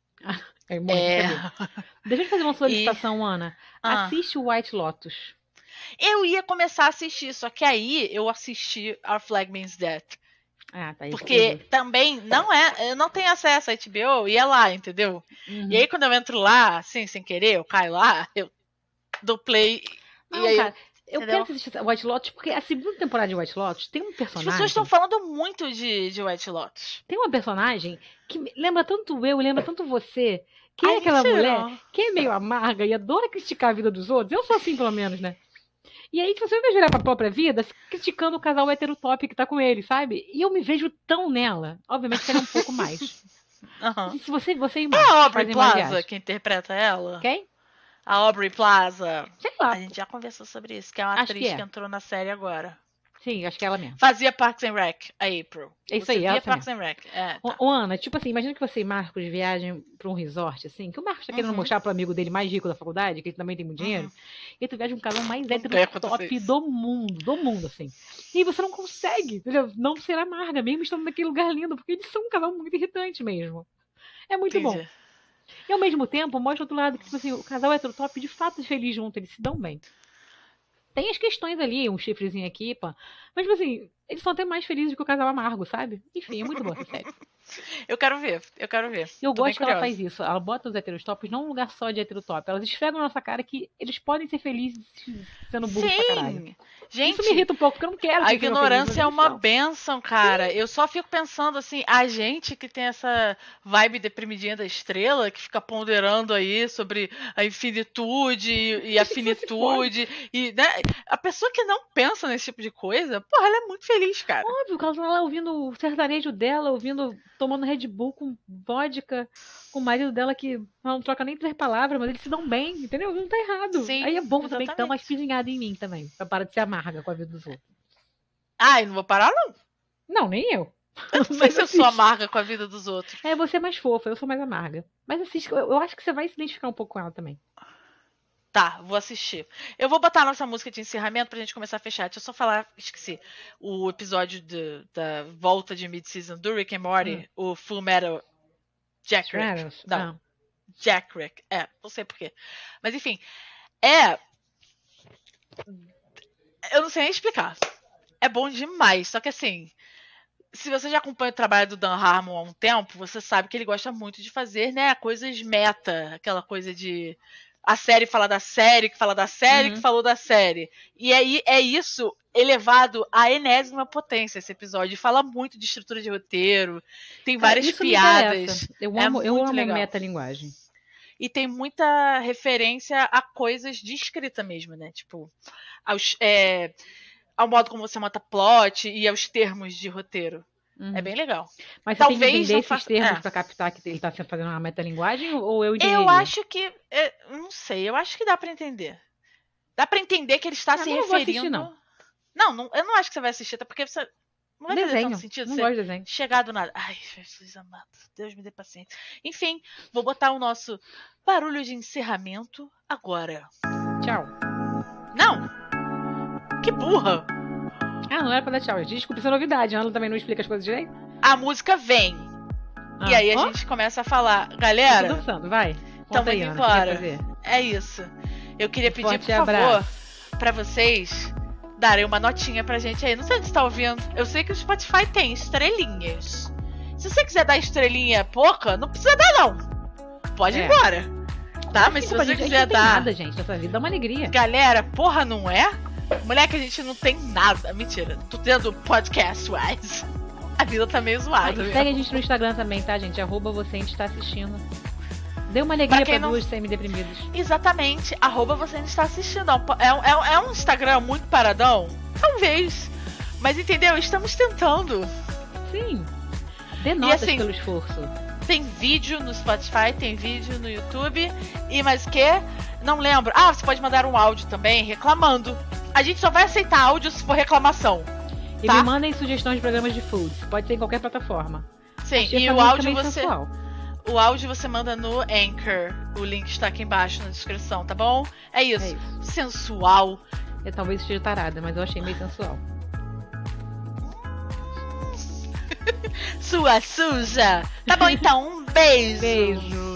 É muito Deixa eu te fazer uma solicitação, Ana. Assiste o White Lotus. Eu ia começar a assistir, só que aí eu assisti Our Flag Means Death. Tá aí. Porque também eu não tenho acesso a HBO e é lá, entendeu? Uhum. E aí quando eu entro lá, assim, sem querer, eu caio lá, eu dou play. Não, e aí cara, eu quero assistir White Lotus, porque a segunda temporada de White Lotus tem um personagem. As pessoas estão falando muito de White Lotus. Tem uma personagem que lembra tanto eu, lembra tanto você, que é aquela mulher que é meio amarga e adora criticar a vida dos outros. Eu sou assim, pelo menos, né? E aí você vai virar pra própria vida criticando o casal heterotop que tá com ele, sabe? E eu me vejo tão nela. Obviamente que ela é um pouco mais. Uhum. Se você e é a Aubrey Plaza que interpreta ela? Quem? A Aubrey Plaza. Sei lá. A gente já conversou sobre isso, que é uma atriz que entrou na série agora. Sim, acho que é ela mesmo. Fazia Parks and Rec, a April. É isso aí, ela Parks and Rec. Ô, Ana, tipo assim, imagina que você e Marcos viajam pra um resort, assim, que o Marcos tá querendo mostrar pro amigo dele mais rico da faculdade, que ele também tem muito dinheiro, e tu viaja um casal mais top do mundo, assim. E aí você não consegue, entendeu? Não ser amarga, mesmo estando naquele lugar lindo, porque eles são um casal muito irritante mesmo. É muito bom. E ao mesmo tempo, mostra outro lado que, tipo assim, o casal heterotop de fato é feliz junto, eles se dão bem. Tem as questões ali, um chifrezinho aqui, pá. Mas, tipo assim, eles são até mais felizes que o casal amargo, sabe? Enfim, é muito boa essa série. Eu quero ver. Eu gosto que ela faz isso. Ela bota os heterotops não um lugar só de heterotop. Elas esfregam na nossa cara que eles podem ser felizes sendo burros pra caralho. Gente, isso me irrita um pouco, porque eu não quero. A ignorância é uma benção, cara. Sim. Eu só fico pensando assim, a gente que tem essa vibe deprimidinha da estrela, que fica ponderando aí sobre a infinitude e a finitude. E, né, a pessoa que não pensa nesse tipo de coisa, porra, ela é muito feliz, cara. Óbvio, ela tá lá ouvindo o sertanejo dela, tomando Red Bull com vodka, com o marido dela que não troca nem 3 palavras, mas eles se dão bem, entendeu? Não tá errado. Sim, aí é bom exatamente. também que dá uma espizinhada em mim também, pra parar de ser amarga com a vida dos outros. Eu não vou parar, não. Não, nem eu. Eu não sei se eu sou amarga com a vida dos outros. Você é mais fofa, eu sou mais amarga. Mas assiste, eu acho que você vai se identificar um pouco com ela também. Tá, vou assistir. Eu vou botar a nossa música de encerramento pra gente começar a fechar. Deixa eu só falar, esqueci. O episódio da volta de mid-season do Rick and Morty, o Full Metal Jack Rick. Shadows? Não, Ah. Jack Rick. Não sei porquê. Mas enfim, eu não sei nem explicar. É bom demais. Só que assim, se você já acompanha o trabalho do Dan Harmon há um tempo, você sabe que ele gosta muito de fazer, né, coisas meta. Aquela coisa de a série fala da série, que fala da série, que falou da série. E aí é isso elevado à enésima potência, esse episódio. Fala muito de estrutura de roteiro, tem várias Isso me piadas. interessa. Eu amo muito legal. metalinguagem. E tem muita referência a coisas de escrita mesmo, né? Tipo, ao modo como você monta plot e aos termos de roteiro. É bem legal. Mas você Talvez tem que entender não esses faça- termos pra captar que ele tá fazendo uma metalinguagem ou eu entendi? Eu acho que. Não sei, eu acho que dá pra entender. Dá pra entender que ele está se mas não vou referindo. assistir, não. Não, eu não acho que você vai assistir, até porque você. Não vai fazer Desenho. tanto sentido Não você gosto de desenho. chegar do nada. Ai, Jesus amado. Deus me dê paciência. Enfim, vou botar o nosso barulho de encerramento agora. Tchau. Não! Que burra! Ah, não era pra dar tchau. Desculpa, isso é novidade. A Ana também não explica as coisas direito. A música vem. E aí a gente começa a falar, Tô galera, dançando, vai. então Conta aí, vamos Ana, o que embora. quer fazer? É isso. Eu queria pedir, Forte por favor, abraço. pra vocês darem uma notinha pra gente aí. Não sei onde você tá ouvindo. Eu sei que o Spotify tem estrelinhas. Se você quiser dar estrelinha pouca, não precisa dar, não. Pode ir embora. Tá? Mas se Desculpa, você gente, a gente quiser não tem dar. nada, gente, nessa vida. Dá uma alegria. Galera, porra, não é? Moleque, a gente não tem nada. Mentira. Tô tendo podcast-wise. A vida tá meio zoada. Segue a gente no Instagram também, tá, gente? @você está assistindo. Dê uma alegria pra duas semi-deprimidas. Exatamente. @você está assistindo. É um Instagram muito paradão? Talvez. Mas entendeu? Estamos tentando. Sim. Dê notas assim, pelo esforço. Tem vídeo no Spotify, tem vídeo no YouTube. E mais o quê? Não lembro. Você pode mandar um áudio também reclamando. A gente só vai aceitar áudio se for reclamação. E Tá? me mandem sugestões de programas de food. Pode ser em qualquer plataforma. Sim, Achei e essa o música áudio meio você. sensual. O áudio você manda no Anchor. O link está aqui embaixo na descrição, tá bom? É isso. É isso. Sensual. Eu talvez esteja tarada, mas eu achei meio sensual. Sua suja. Tá bom, então. Um beijo. Beijo.